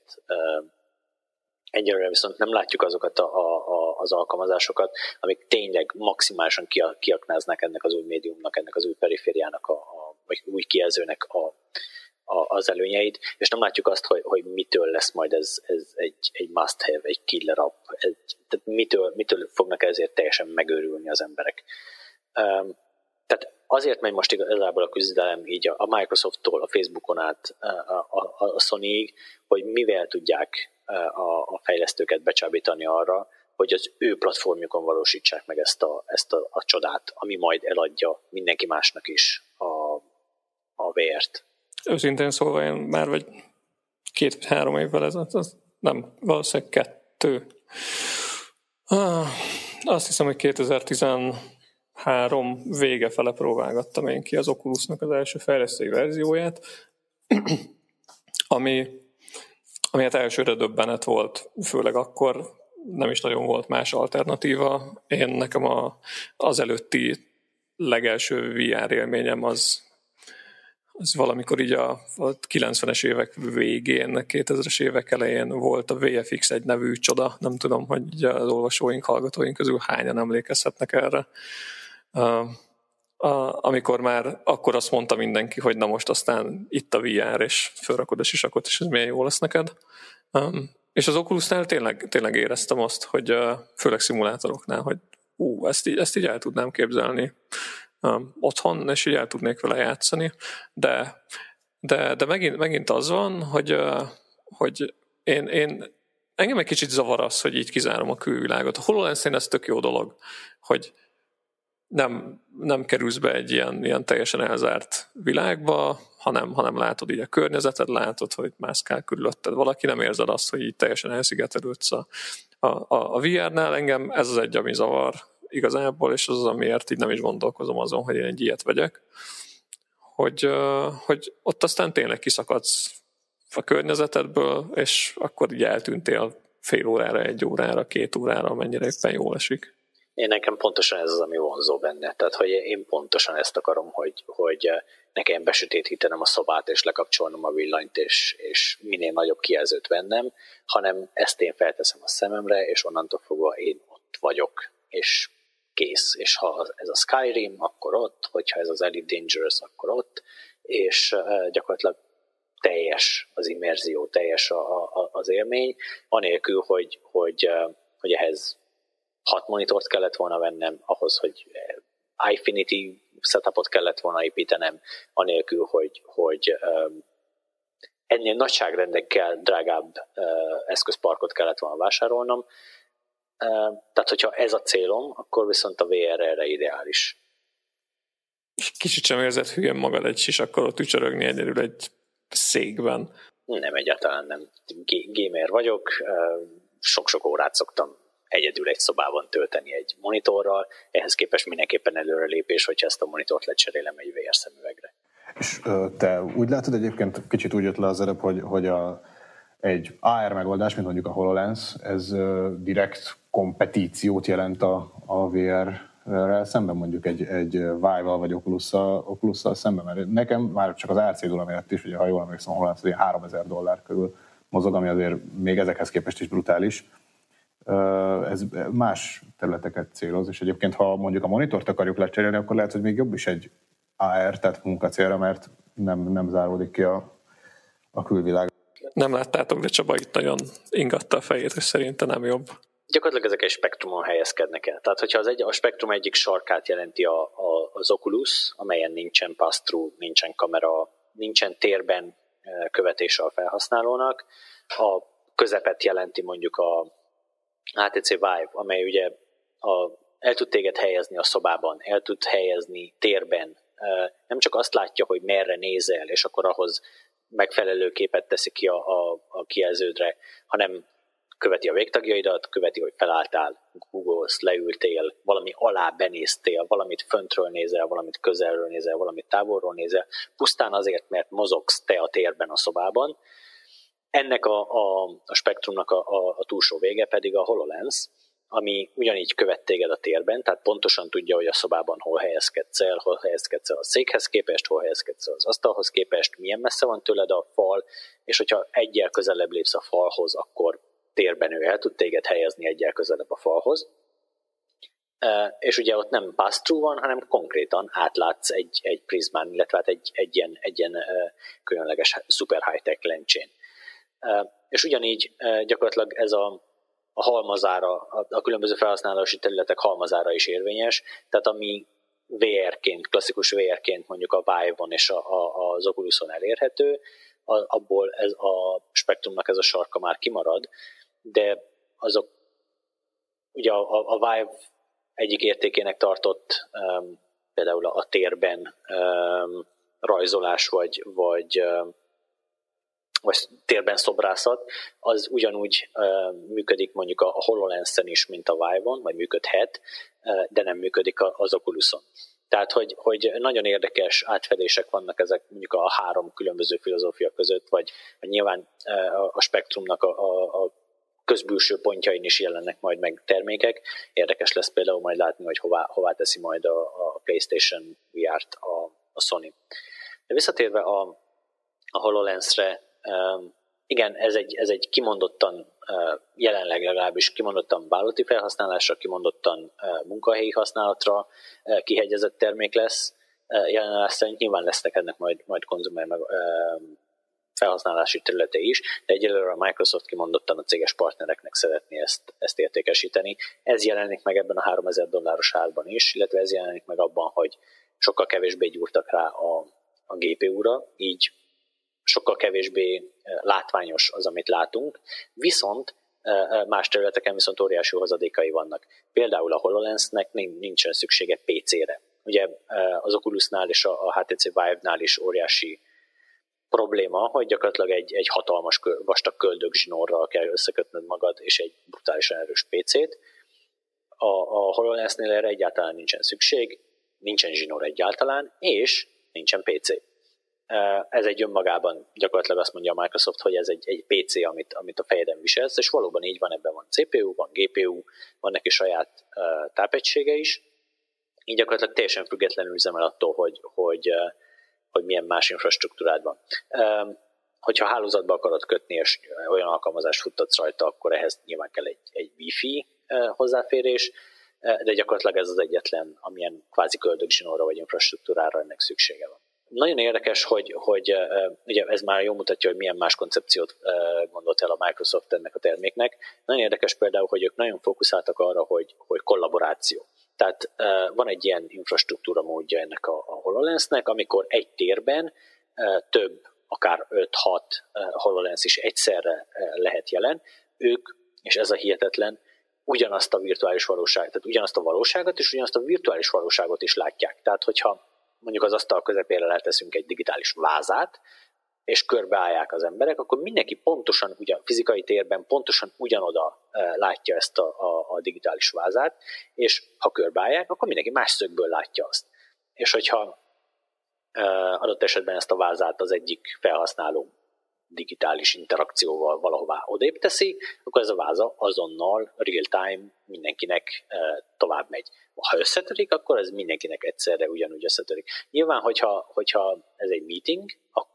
Egyelőre viszont nem látjuk azokat az alkalmazásokat, amik tényleg maximálisan kiaknáznák ennek az új médiumnak, ennek az új perifériának, vagy új kijelzőnek az előnyeit, és nem látjuk azt, hogy mitől lesz majd ez egy must-have, egy killer app, tehát mitől fognak ezért teljesen megőrülni az emberek. Tehát azért megy most igazából a küzdelem így a Microsofttól, a Facebookon át a Sonyig, hogy mivel tudják a fejlesztőket becsábítani arra, hogy az ő platformjukon valósítsák meg ezt a csodát, ami majd eladja mindenki másnak is a VR-t. Őszintén szólva én már vagy 2-3 évvel ezelőtt, nem, valószínűleg 2. Azt hiszem, hogy 2013 vége fele próbálgattam én ki az Oculusnak az első fejlesztői verzióját, ami hát elsőre döbbenet volt, főleg akkor nem is nagyon volt más alternatíva. Nekem az előtti legelső VR élményem az valamikor így a 90-es évek végén, 2000-es évek elején volt a VFX egy nevű csoda. Nem tudom, hogy az olvasóink, hallgatóink közül hányan emlékezhetnek erre. Amikor már akkor azt mondta mindenki, hogy na most aztán itt a VR, és felrakod a sisakot, és ez milyen jó lesz neked. És az Oculusnál tényleg éreztem azt, hogy főleg szimulátoroknál, hogy ezt így el tudnám képzelni otthon, és így el tudnék vele játszani, de De megint az van, hogy engem egy kicsit zavar az, hogy így kizárom a külvilágot. A HoloLens-nél ez tök jó dolog, hogy nem kerülsz be egy ilyen teljesen elzárt világba, hanem látod így a környezeted, látod, hogy mászkál körülötted valaki, nem érzed azt, hogy így teljesen elszigetelődsz a VR-nál. Engem ez az egy, ami zavar igazából, és az amiért így nem is gondolkozom azon, hogy én egy ilyet vegyek, hogy ott aztán tényleg kiszakadsz a környezetedből, és akkor így eltűntél fél órára, 1 órára, 2 órára, amennyire éppen jól esik. Én nekem pontosan ez az, ami vonzó benne. Tehát, hogy én pontosan ezt akarom, hogy nekem besötétítenem a szobát, és lekapcsolnom a villanyt, és minél nagyobb kijelzőt vennem, hanem ezt én felteszem a szememre, és onnantól fogva én ott vagyok, és kész. És ha ez a Skyrim, akkor ott, hogyha ez az Elite Dangerous, akkor ott, és gyakorlatilag teljes az immerzió, teljes az élmény, anélkül, hogy ehhez 6 monitort kellett volna vennem, ahhoz, hogy Infinity setupot kellett volna építenem, anélkül, hogy ennél nagyságrendekkel drágább eszközparkot kellett volna vásárolnom. Tehát, hogyha ez a célom, akkor viszont a VR erre ideális. Kicsit sem érzed hülyen magad egy sisakkorról tücsörögni egyedül egy székben? Nem, egyáltalán nem. Gamer vagyok, sok-sok órát szoktam egyedül egy szobában tölteni egy monitorral, ehhez képest mindenképpen előrelépés, hogyha ezt a monitort lecserélem egy VR szemüvegre. És te úgy látod egyébként, kicsit úgy jött le az előbb, hogy egy AR megoldás, mint mondjuk a HoloLens, ez direkt kompetíciót jelent a VR-rel szemben, mondjuk egy Vive-val vagy Oculus-szal szemben, mert nekem már csak az árcédula miatt is, ugye, ha jól emlékszem, a HoloLens $3000 körül mozog, ami azért még ezekhez képest is brutális. Ez más területeket céloz, és egyébként ha mondjuk a monitort akarjuk lecserélni, akkor lehet, hogy még jobb is egy AR, tehát munkacélra, mert nem záródik ki a külvilág. Nem láttátok, de Csaba itt nagyon ingatta a fejét, és szerintem nem jobb. Gyakorlatilag ezek egy spektrumon helyezkednek el. Tehát, hogyha a spektrum egyik sarkát jelenti az Oculus, amelyen nincsen pass-through, nincsen kamera, nincsen térben követése a felhasználónak, a közepet jelenti mondjuk a HTC Vive, amely ugye el tud téged helyezni a szobában, el tud helyezni térben, nem csak azt látja, hogy merre nézel, és akkor ahhoz megfelelő képet teszi ki a kijelződre, hanem követi a végtagjaidat, követi, hogy felálltál, googolsz, leültél, valami alá benéztél, valamit föntről nézel, valamit közelről nézel, valamit távolról nézel, pusztán azért, mert mozogsz te a térben a szobában. Ennek a spektrumnak a túlsó vége pedig a HoloLens, ami ugyanígy követ téged a térben, tehát pontosan tudja, hogy a szobában hol helyezkedsz el a székhez képest, hol helyezkedsz el az asztalhoz képest, milyen messze van tőled a fal, és hogyha egyel közelebb lépsz a falhoz, akkor térben ő el tud téged helyezni egyel közelebb a falhoz. És ugye ott nem pass-through van, hanem konkrétan átlátsz egy prizmán, illetve hát egy ilyen különleges super high-tech lencsén. És ugyanígy gyakorlatilag ez a halmazára, a különböző felhasználási területek halmazára is érvényes, tehát ami VR-ként, klasszikus VR-ként mondjuk a Vive-on és az Oculuson elérhető, abból ez a spektrumnak ez a sarka már kimarad, de azok ugye a Vive egyik értékének tartott például a térben rajzolás vagy térben szobrászat, az ugyanúgy működik mondjuk a HoloLens-en is, mint a Vive-on, vagy működhet, de nem működik az Oculuson. Tehát, hogy nagyon érdekes átfedések vannak ezek mondjuk a 3 különböző filozófia között, vagy nyilván a spektrumnak a közbülső pontjain is jelennek majd meg termékek. Érdekes lesz például majd látni, hogy hová teszi majd a PlayStation VR-t a Sony. De visszatérve a HoloLens-re, igen, ez egy kimondottan, jelenleg legalábbis kimondottan vállalati felhasználásra, kimondottan munkahelyi használatra kihegyezett termék lesz. Jelenleg szerint nyilván lesznek ennek majd konzumer felhasználási területe is, de egyelőre a Microsoft kimondottan a céges partnereknek szeretné ezt értékesíteni. Ez jelenik meg ebben a $3000 árban is, illetve ez jelenik meg abban, hogy sokkal kevésbé gyúrtak rá a GPU-ra, így sokkal kevésbé látványos az, amit látunk, viszont más területeken viszont óriási hozadékai vannak. Például a HoloLensnek nincsen szüksége PC-re. Ugye az Oculusnál és a HTC Vive-nál is óriási probléma, hogy gyakorlatilag egy hatalmas vastag köldögzsinórral kell összekötnöd magad, és egy brutálisan erős PC-t. A HoloLensnél erre egyáltalán nincsen szükség, nincsen zsinór egyáltalán, és nincsen PC. Ez egy önmagában gyakorlatilag azt mondja a Microsoft, hogy ez egy PC, amit a fejeden viselsz, és valóban így van, ebben van CPU, van GPU, van neki saját tápegysége is, így gyakorlatilag teljesen függetlenül üzemel attól, hogy milyen más infrastruktúrád van. Hogyha hálózatba akarod kötni, és olyan alkalmazást futtatsz rajta, akkor ehhez nyilván kell egy Wi-Fi hozzáférés, de gyakorlatilag ez az egyetlen, amilyen kvázi köldögzsinórra vagy infrastruktúrára ennek szüksége van. Nagyon érdekes, hogy ugye ez már jól mutatja, hogy milyen más koncepciót gondolt el a Microsoft ennek a terméknek. Nagyon érdekes például, hogy ők nagyon fókuszáltak arra, hogy kollaboráció. Tehát van egy ilyen infrastruktúra módja ennek a HoloLensnek, amikor egy térben több, akár 5-6 HoloLens is egyszerre lehet jelen. Ők, és ez a hihetetlen, ugyanazt a virtuális valóságot, tehát ugyanazt a valóságot és ugyanazt a virtuális valóságot is látják. Tehát, hogyha mondjuk az asztal közepére leteszünk egy digitális vázát, és körbeállják az emberek, akkor mindenki pontosan, ugye a fizikai térben pontosan ugyanoda látja ezt a digitális vázát, és ha körbeállják, akkor mindenki más szögből látja azt. És hogyha adott esetben ezt a vázát az egyik felhasználó digitális interakcióval valahová odébb teszi, akkor ez a váza azonnal real-time mindenkinek tovább megy. Ha összetörik, akkor ez mindenkinek egyszerre ugyanúgy összetörik. Nyilván, hogyha ez egy meeting,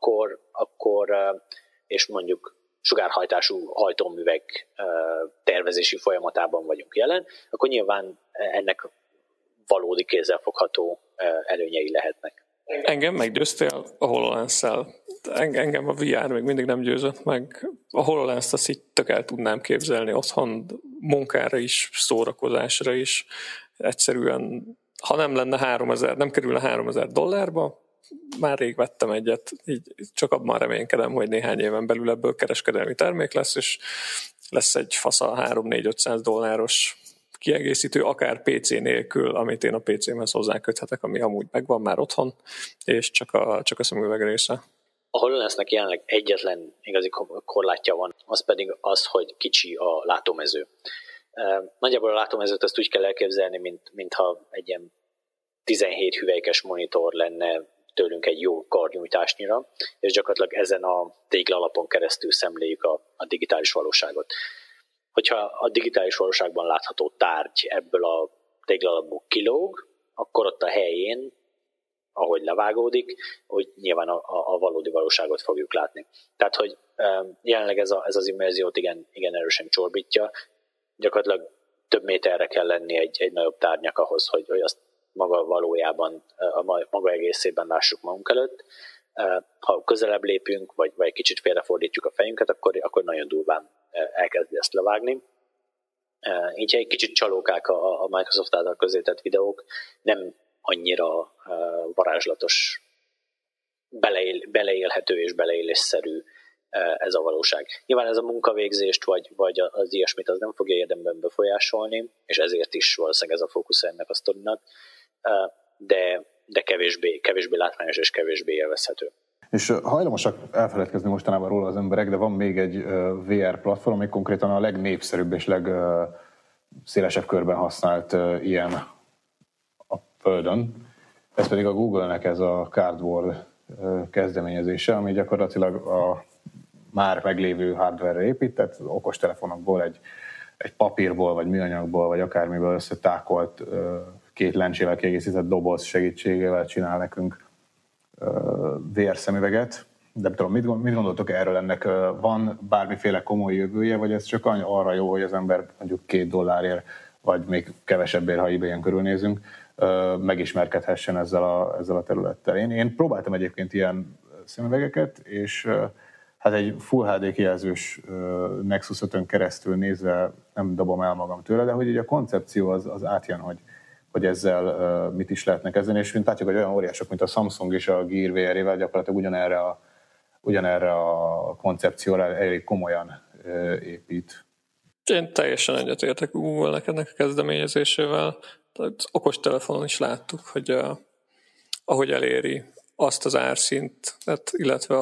akkor és mondjuk sugárhajtású hajtóművek tervezési folyamatában vagyunk jelen, akkor nyilván ennek valódi kézzelfogható előnyei lehetnek. Engem meggyőztél a HoloLens-szel. Engem a VR még mindig nem győzött meg. A HoloLens-t azt így tök el tudnám képzelni otthon, munkára is, szórakozásra is. Egyszerűen, ha nem lenne nem kerülne $3000, már rég vettem egyet. Így csak abban reménykedem, hogy néhány éven belül ebből kereskedelmi termék lesz, és lesz egy fasza $300-400 kiegészítő, akár PC nélkül, amit én a PC-mhez hozzáköthetek, ami amúgy megvan már otthon, és csak a szemüveg része. A HoloLensnek jelenleg egyetlen igazi korlátja van, az pedig az, hogy kicsi a látómező. Nagyjából a látómezőt azt úgy kell elképzelni, mintha egy ilyen 17 hüvelykes monitor lenne tőlünk egy jó karnyújtásnyira, és gyakorlatilag ezen a téglalapon keresztül szemléljük a digitális valóságot. Hogyha a digitális valóságban látható tárgy ebből a téglalapból kilóg, akkor ott a helyén, ahogy levágódik, hogy nyilván a valódi valóságot fogjuk látni. Tehát, hogy jelenleg ez az immerziót igen erősen csorbítja, gyakorlatilag több méterre kell lenni egy nagyobb tárgyak ahhoz, hogy azt maga valójában, a maga egészében lássuk magunk előtt. Ha közelebb lépünk, vagy egy kicsit félrefordítjuk a fejünket, akkor nagyon durván elkezdi ezt levágni. Így egy kicsit csalókák a Microsoft által közzétett videók, nem annyira varázslatos, beleélhető és beleélésszerű ez a valóság. Nyilván ez a munkavégzést, vagy az ilyesmit az nem fogja érdemben befolyásolni, és ezért is valószínűleg ez a fókusz ennek a sztorinak, de kevésbé látványos és kevésbé élvezhető. És hajlamosak elfeledkezni mostanában róla az emberek, de van még egy VR platform, ami konkrétan a legnépszerűbb és legszélesebb körben használt ilyen a Földön. Ez pedig a Google-nek ez a Cardboard kezdeményezése, ami gyakorlatilag a már meglévő hardware-re épített, okostelefonokból, egy papírból, vagy műanyagból, vagy akármiből összetákolt két lencsével kiegészített doboz segítségével csinál nekünk VR szemüveget. De tudom, mit gondoltok erről? Ennek van bármiféle komoly jövője, vagy ez csak arra jó, hogy az ember mondjuk $2, vagy még kevesebbért, ha eBay-en körülnézünk, megismerkedhessen ezzel a területtel. Én próbáltam egyébként ilyen szemüvegeket, és hát egy Full HD kijelzős Nexus 5-ön keresztül nézve nem dobom el magam tőle, de hogy így a koncepció az átjön, hogy ezzel mit is lehetne kezdeni, és mint látjuk, hogy olyan óriások, mint a Samsung és a Gear VR-ével gyakorlatilag ugyanerre a koncepcióra elég komolyan épít. Én teljesen egyetértek Google-nek ennek a kezdeményezésével. Az okostelefonon is láttuk, hogy ahogy eléri azt az árszintet, illetve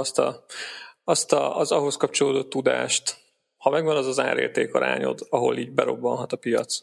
az ahhoz kapcsolódó tudást, ha megvan az árértékarányod, ahol így berobbanhat a piac,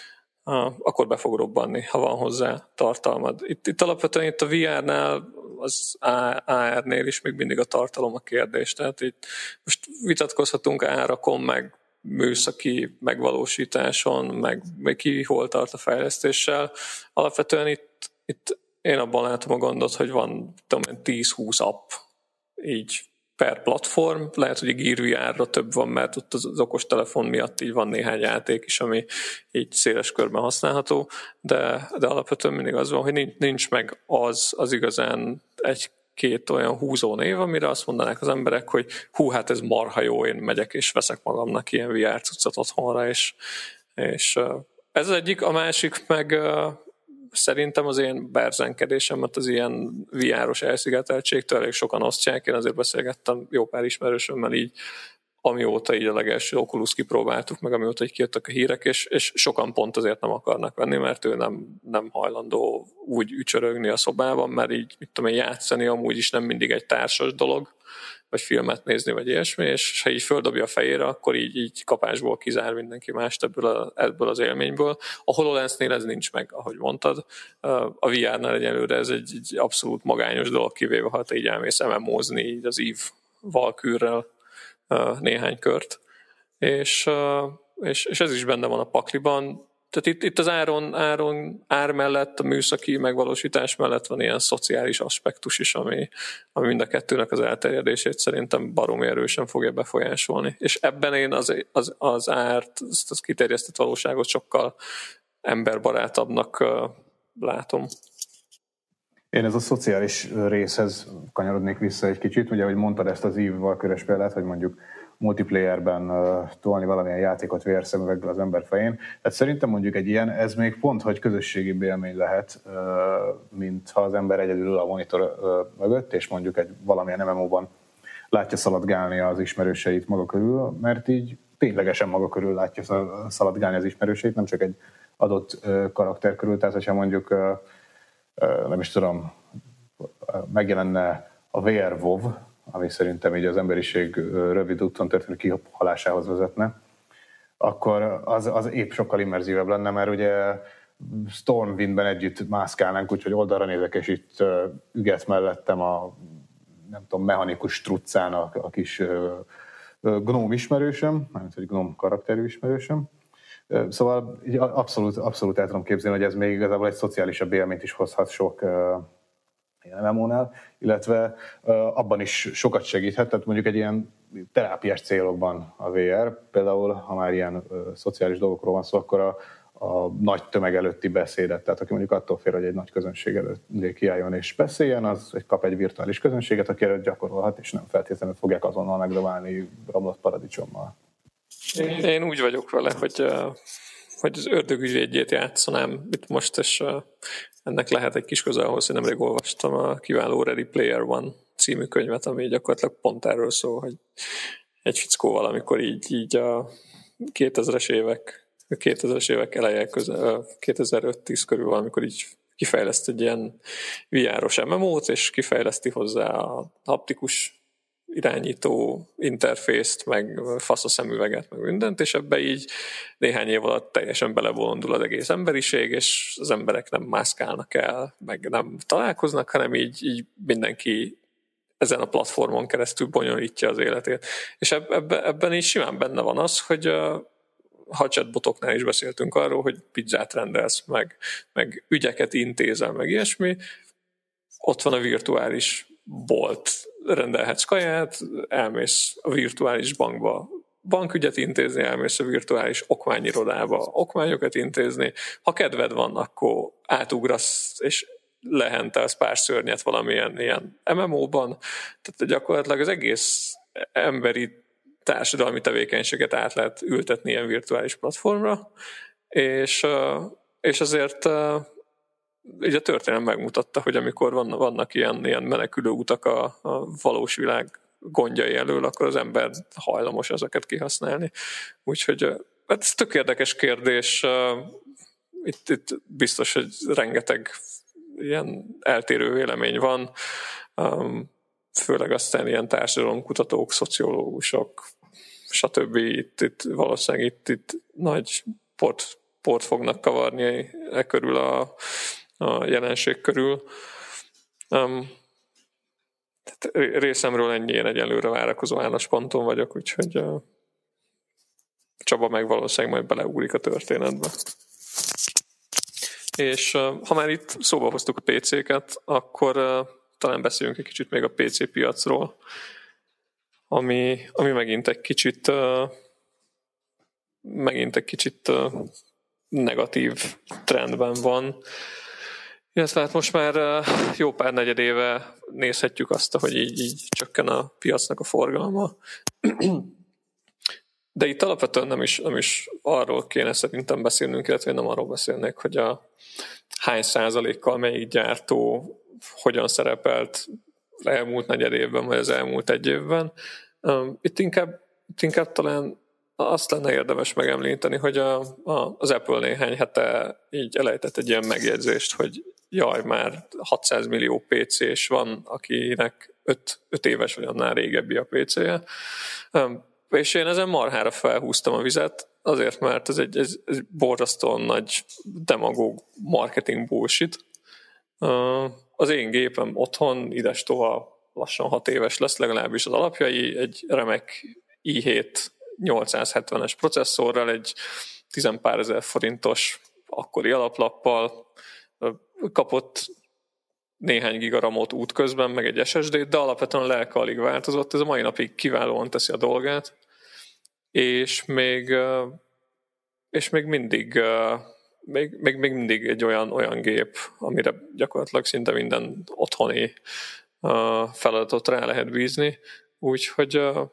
akkor be fog robbanni, ha van hozzá tartalmad. Itt alapvetően itt a VR-nál, az AR-nél is még mindig a tartalom a kérdés. Tehát itt most vitatkozhatunk árakon, meg műszaki megvalósításon, meg ki hol tart a fejlesztéssel. Alapvetően itt én abban látom a gondot, hogy van 10-20 app így per platform, lehet, hogy a Gear VR-ra több van, mert ott az okostelefon miatt így van néhány játék is, ami így széles körben használható, de alapvetően mindig az van, hogy nincs meg az igazán egy-két olyan húzó név, amire azt mondanák az emberek, hogy hú, hát ez marha jó, én megyek és veszek magamnak ilyen VR cuccot otthonra, és ez az egyik, a másik meg szerintem az én berzenkedésemet az ilyen VR-os elszigeteltségtől elég sokan osztják. Én azért beszélgettem jó pár ismerősömmel így, amióta így a legelső Oculus kipróbáltuk, meg amióta így kijöttek a hírek, és sokan pont azért nem akarnak venni, mert ő nem hajlandó úgy ücsörögni a szobában, mert így, mit tudom én, játszani amúgy is nem mindig egy társas dolog, vagy filmet nézni, vagy ilyesmi, és ha így földobja a fejére, akkor így kapásból kizár mindenki mást ebből az élményből. A HoloLens-nél ez nincs meg, ahogy mondtad. A VR-nál egyelőre ez egy abszolút magányos dolog, kivéve ha te így elmész MMO-zni így az Eve Valkyrrel néhány kört. És ez is benne van a pakliban. Tehát itt az ár mellett, a műszaki megvalósítás mellett van ilyen szociális aspektus is, ami mind a kettőnek az elterjedését szerintem baromi erősen fogja befolyásolni. És ebben én az árt, az kiterjesztett valóságot sokkal emberbarátabbnak látom. Én ez a szociális részhez kanyarodnék vissza egy kicsit. Ugye, hogy mondtad ezt az Eve Valkyrie példát, hogy mondjuk multiplayerben tolni valamilyen játékot VR szemüvegből az ember fején. Tehát szerintem mondjuk egy ilyen, ez még pont, hogy közösségi élmény lehet, mint ha az ember egyedül a monitor mögött, és mondjuk egy valamilyen MMO-ban látja szaladgálni az ismerőseit maga körül, mert így ténylegesen maga körül látja szaladgálni az ismerőseit, nem csak egy adott karakter körül. Tehát, hogyha mondjuk, nem is tudom, megjelenne a VR WoW, ami szerintem így az emberiség rövid úton történő kihalásához vezetne, akkor az épp sokkal immerzívebb lenne, mert ugye Stormwindben együtt mászkálnánk, úgyhogy oldalra nézek, és itt üget mellettem a nem tudom, mechanikus truccán a kis gnóm ismerősöm, mármint egy gnóm karakterű ismerősöm. Szóval abszolút el tudom képzelni, hogy ez még igazából egy szociálisabb élményt is hozhat sok MMO-nál, illetve abban is sokat segíthet, tehát mondjuk egy ilyen terápiás célokban a VR, például ha már ilyen szociális dolgokról van szó, akkor a nagy tömeg előtti beszédet, tehát aki mondjuk attól fél, hogy egy nagy közönség előtt kiálljon és beszéljen, az kap egy virtuális közönséget, aki előtt gyakorolhat, és nem feltétlenül fogják azonnal megdobálni romlott paradicsommal. Én úgy vagyok vele, hogy az ördögügyvédjét játszanám itt most, és ennek lehet egy kis köze ahhoz, hogy nemrég olvastam a kiváló Ready Player One című könyvet, ami gyakorlatilag pont erről szól, hogy egy fickó valamikor így a 2000-es évek eleje, 2005-10 körül valamikor így kifejleszt egy ilyen VR-os MMO-t, és kifejleszti hozzá a haptikus irányító interfészt, meg fasz szemüveget, meg mindent, és ebbe így néhány év alatt teljesen belebolondul az egész emberiség, és az emberek nem mászkálnak el, meg nem találkoznak, hanem így mindenki ezen a platformon keresztül bonyolítja az életét. És ebben is simán benne van az, hogy ha chatbotoknál is beszéltünk arról, hogy pizzát rendelsz, meg ügyeket intézel, meg ilyesmi, ott van a virtuális bolt, rendelhetsz kaját, elmész a virtuális bankba bankügyet intézni, elmész a virtuális okmányirodába okmányokat intézni. Ha kedved van, akkor átugrasz és lehentelsz pár szörnyet valamilyen ilyen MMO-ban. Tehát gyakorlatilag az egész emberi társadalmi tevékenységet át lehet ültetni ilyen virtuális platformra, és azért így a történelem megmutatta, hogy amikor vannak ilyen menekülő utak a valós világ gondjai elől, akkor az ember hajlamos ezeket kihasználni. Úgyhogy hát ez tök érdekes kérdés. Itt biztos, hogy rengeteg ilyen eltérő vélemény van, főleg aztán ilyen társadalomkutatók, szociológusok, stb. Itt valószínűleg itt nagy port fognak kavarni körül a jelenség körül. Részemről ennyi, én egyelőre várakozó állásponton vagyok, úgyhogy Csaba meg valószínűleg majd beleugrik a történetbe. És ha már itt szóba hoztuk a PC-ket, akkor talán beszéljünk egy kicsit még a PC piacról, ami megint egy kicsit negatív trendben van. Illetve hát most már jó pár negyedéve nézhetjük azt, hogy így csökken a piacnak a forgalma. De itt alapvetően nem is arról kéne szerintem beszélnünk, illetve nem arról beszélnék, hogy a hány százalékkal melyik gyártó hogyan szerepelt az elmúlt negyed évben, vagy az elmúlt egy évben. Itt inkább talán azt lenne érdemes megemlíteni, hogy az Apple néhány hete így elejtett egy ilyen megjegyzést, hogy jaj, már 600 millió PC-s van, akinek 5 éves vagy annál régebbi a PC-je. És én ezen marhára felhúztam a vizet, azért, mert ez egy borzasztóan nagy demagóg marketing bullshit. Az én gépem otthon idestova lassan 6 éves lesz, legalábbis az alapjai, egy remek i7 870-es processzorral, egy 10 pár ezer forintos akkori alaplappal, kapott néhány gigaramot útközben, meg egy SSD-t, de alapvetően a lelke alig változott, ez a mai napig kiválóan teszi a dolgát, és még mindig egy olyan gép, amire gyakorlatilag szinte minden otthoni feladatot rá lehet bízni, úgyhogy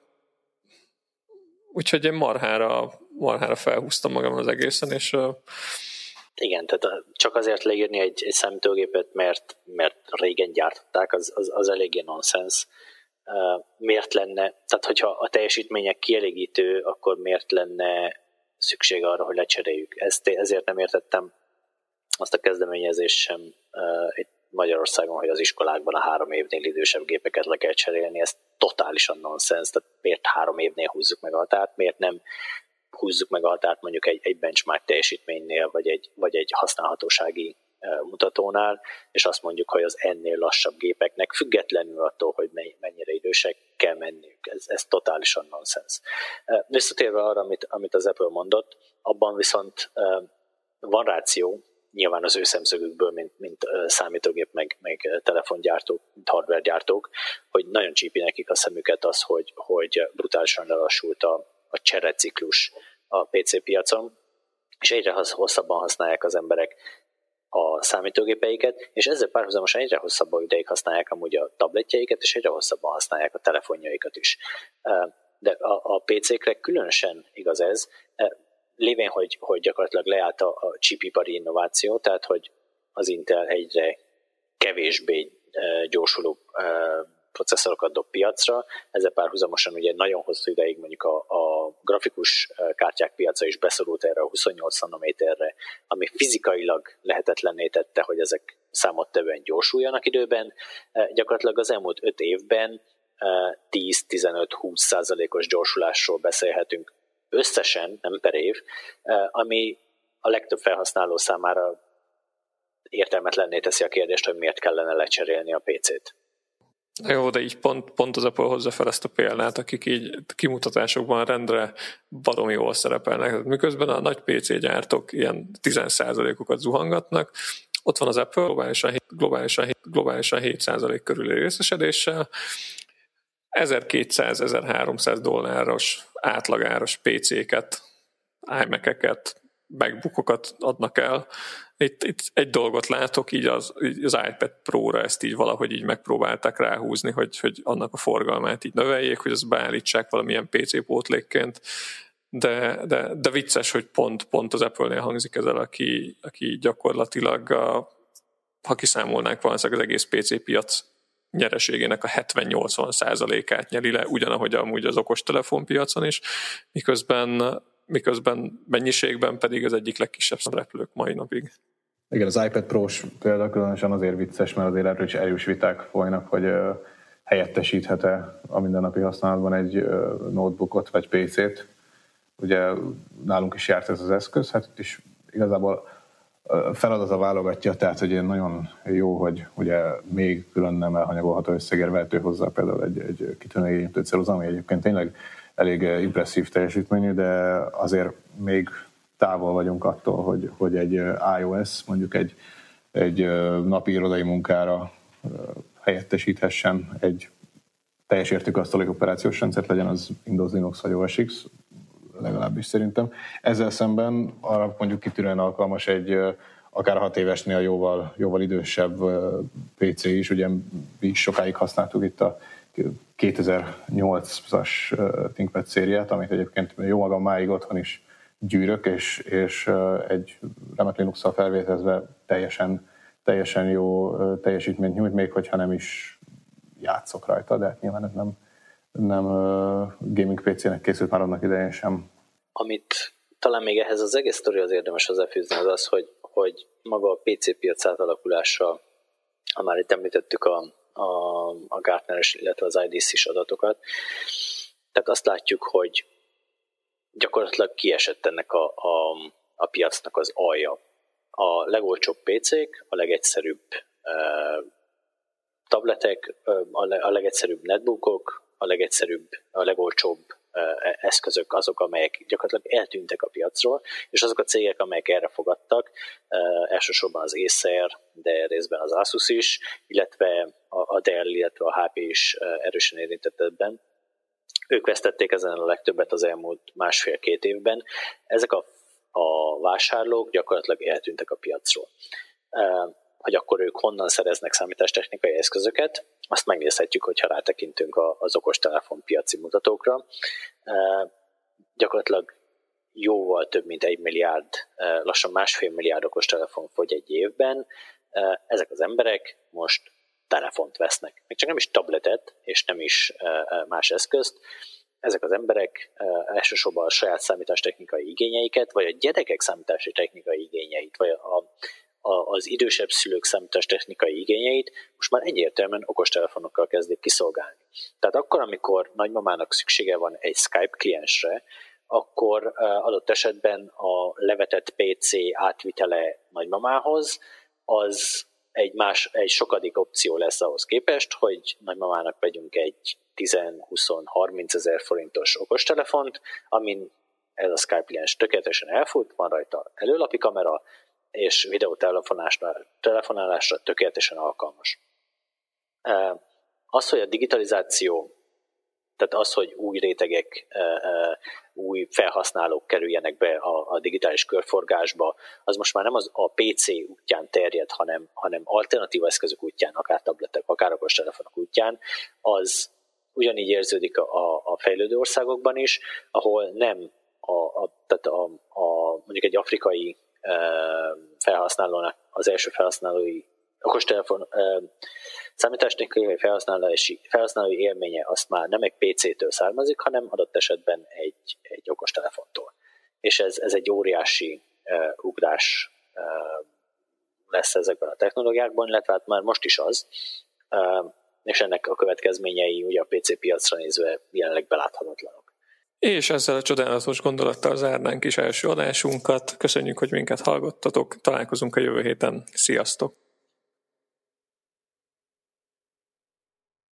én marhára felhúztam magam az egészen, és igen, tehát csak azért leírni egy számítógépet, mert régen gyártották, az eléggé nonsens. Miért lenne, tehát hogyha a teljesítmények kielégítő, akkor miért lenne szükség arra, hogy lecseréljük? Ezért nem értettem azt a kezdeményezést sem itt Magyarországon, hogy az iskolákban a 3 évnél idősebb gépeket le kell cserélni. Ez totálisan nonsens, tehát miért 3 évnél húzzuk meg a határt, miért nem húzzuk meg a határt mondjuk egy benchmark teljesítménynél, vagy egy használhatósági mutatónál, és azt mondjuk, hogy az ennél lassabb gépeknek függetlenül attól, hogy mennyire idősek kell menniük. Ez totálisan nonsens. Visszatérve arra, amit az Apple mondott, abban viszont van ráció, nyilván az ő szemszögükből, mint számítógép, meg telefongyártók, mint hardwaregyártók, hogy nagyon csípi nekik a szemüket az, hogy brutálisan lelassult a csereciklus a PC piacon, és egyre hosszabban használják az emberek a számítógépeiket, és ezzel párhuzamosan egyre hosszabb ideig használják amúgy a tabletjeiket, és egyre hosszabban használják a telefonjaikat is. De a PC-kre különösen igaz ez, lévén, hogy gyakorlatilag leállt a chipipari innováció, tehát hogy az Intel egyre kevésbé gyorsuló processzorokat dob piacra, ezzel párhuzamosan ugye nagyon hosszú ideig mondjuk a grafikus kártyák piaca is beszorult erre a 28 nanométerre, ami fizikailag lehetetlenné tette, hogy ezek számottevően gyorsuljanak időben. Gyakorlatilag az elmúlt 5 évben 10-15-20% gyorsulásról beszélhetünk összesen, nem per év, ami a legtöbb felhasználó számára értelmetlenné teszi a kérdést, hogy miért kellene lecserélni a PC-t. Jó, de így pont az Apple hozza fel ezt a példát, akik így kimutatásokban rendre baromi jól szerepelnek. Miközben a nagy PC gyártók ilyen 10%-okat zuhangatnak, ott van az Apple globálisan 7% körüli részesedéssel, $1200-1300 átlagáros PC-ket, iMac-eket, MacBookokat adnak el. Itt egy dolgot látok, így az iPad Pro-ra ezt így valahogy így megpróbálták ráhúzni, hogy annak a forgalmát így növeljék, hogy azt beállítsák valamilyen PC pótlékként, de vicces, hogy pont az Apple-nél hangzik ezzel, aki gyakorlatilag, ha kiszámolnánk valószínűleg az egész PC piac nyereségének a 70-80%-át nyeli le, ugyanahogy amúgy az okostelefon piacon is, miközben mennyiségben pedig az egyik legkisebb szereplők mai napig. Igen, az iPad Pro-s például különösen azért vicces, mert azért erről is erős viták folynak, hogy helyettesíthet-e a mindennapi használatban egy notebookot vagy PC-t. Ugye nálunk is járt ez az eszköz, hát itt is igazából feladata válogatja, tehát hogy nagyon jó, hogy ugye még külön nem elhanyagolható összegért vehető hozzá például egy kitűnő igényítő ceruza, ami egyébként tényleg elég impresszív teljesítményű, de azért még távol vagyunk attól, hogy egy iOS mondjuk egy napi irodai munkára helyettesíthessen egy teljes értékű asztali operációs rendszert, legyen az Windows, Linux vagy OS X, legalábbis szerintem. Ezzel szemben arra mondjuk kitűnően alkalmas egy akár 6 évesnél jóval idősebb PC is, ugye mi is sokáig használtuk itt a 2008-as ThinkPad szériát, amit egyébként jó magam máig otthon is gyűrök, és egy remek Linux-szal felvételezve teljesen jó teljesítményt nyújt, még hogyha nem is játszok rajta, de hát nyilván ez nem gaming PC-nek készült már annak idején sem. Amit talán még ehhez az egész sztorihoz érdemes hozzáfűzni, az hogy maga a PC piac átalakulása, ha már itt említettük a Gartner-es, illetve az IDC-s adatokat, tehát azt látjuk, hogy gyakorlatilag kiesett ennek a piacnak az alja. A legolcsóbb PC-k, a legegyszerűbb tabletek, a legegyszerűbb netbookok, a legolcsóbb eszközök azok, amelyek gyakorlatilag eltűntek a piacról, és azok a cégek, amelyek erre fogadtak, elsősorban az Acer, de részben az Asus is, illetve a Dell, illetve a HP is erősen érintett ebben. Ők vesztették ezen a legtöbbet az elmúlt 1,5-2 évben. Ezek a vásárlók gyakorlatilag eltűntek a piacról. Hogy akkor ők honnan szereznek számítástechnikai eszközöket, azt megnézhetjük, hogyha rátekintünk az okostelefon piaci mutatókra. Gyakorlatilag jóval több mint 1 milliárd, lassan 1,5 milliárd okostelefon fogy egy évben. Ezek az emberek most telefont vesznek. Még csak nem is tabletet, és nem is más eszközt. Ezek az emberek elsősorban a saját számítástechnikai igényeiket, vagy a gyerekek számítástechnikai igényeit, vagy az idősebb szülők számítástechnikai igényeit most már egyértelműen okostelefonokkal kezdik kiszolgálni. Tehát akkor, amikor nagymamának szüksége van egy Skype kliensre, akkor adott esetben a levetett PC átvitele nagymamához, az egy sokadik opció lesz ahhoz képest, hogy nagymamának vegyünk egy 10-20-30 ezer forintos okostelefont, amin ez a Skype kliens tökéletesen elfut, van rajta előlapi kamera, és videótelefonálásra tökéletesen alkalmas. Az, hogy a digitalizáció, tehát az, hogy új rétegek, új felhasználók kerüljenek be a digitális körforgásba, az most már nem a PC útján terjed, hanem alternatív eszközök útján, akár tabletek, akár okostelefonok útján, az ugyanígy érződik a fejlődő országokban is, ahol nem mondjuk egy afrikai felhasználónak az első felhasználói okostelefon számítástechnikai felhasználói élménye azt már nem egy PC-től származik, hanem adott esetben egy okostelefontól. És ez egy óriási ugrás lesz ezekben a technológiákban, illetve hát már most is az, és ennek a következményei ugye a PC piacra nézve jelenleg beláthatatlanok. És ezzel a csodálatos gondolattal zárnánk is első adásunkat. Köszönjük, hogy minket hallgattatok. Találkozunk a jövő héten. Sziasztok!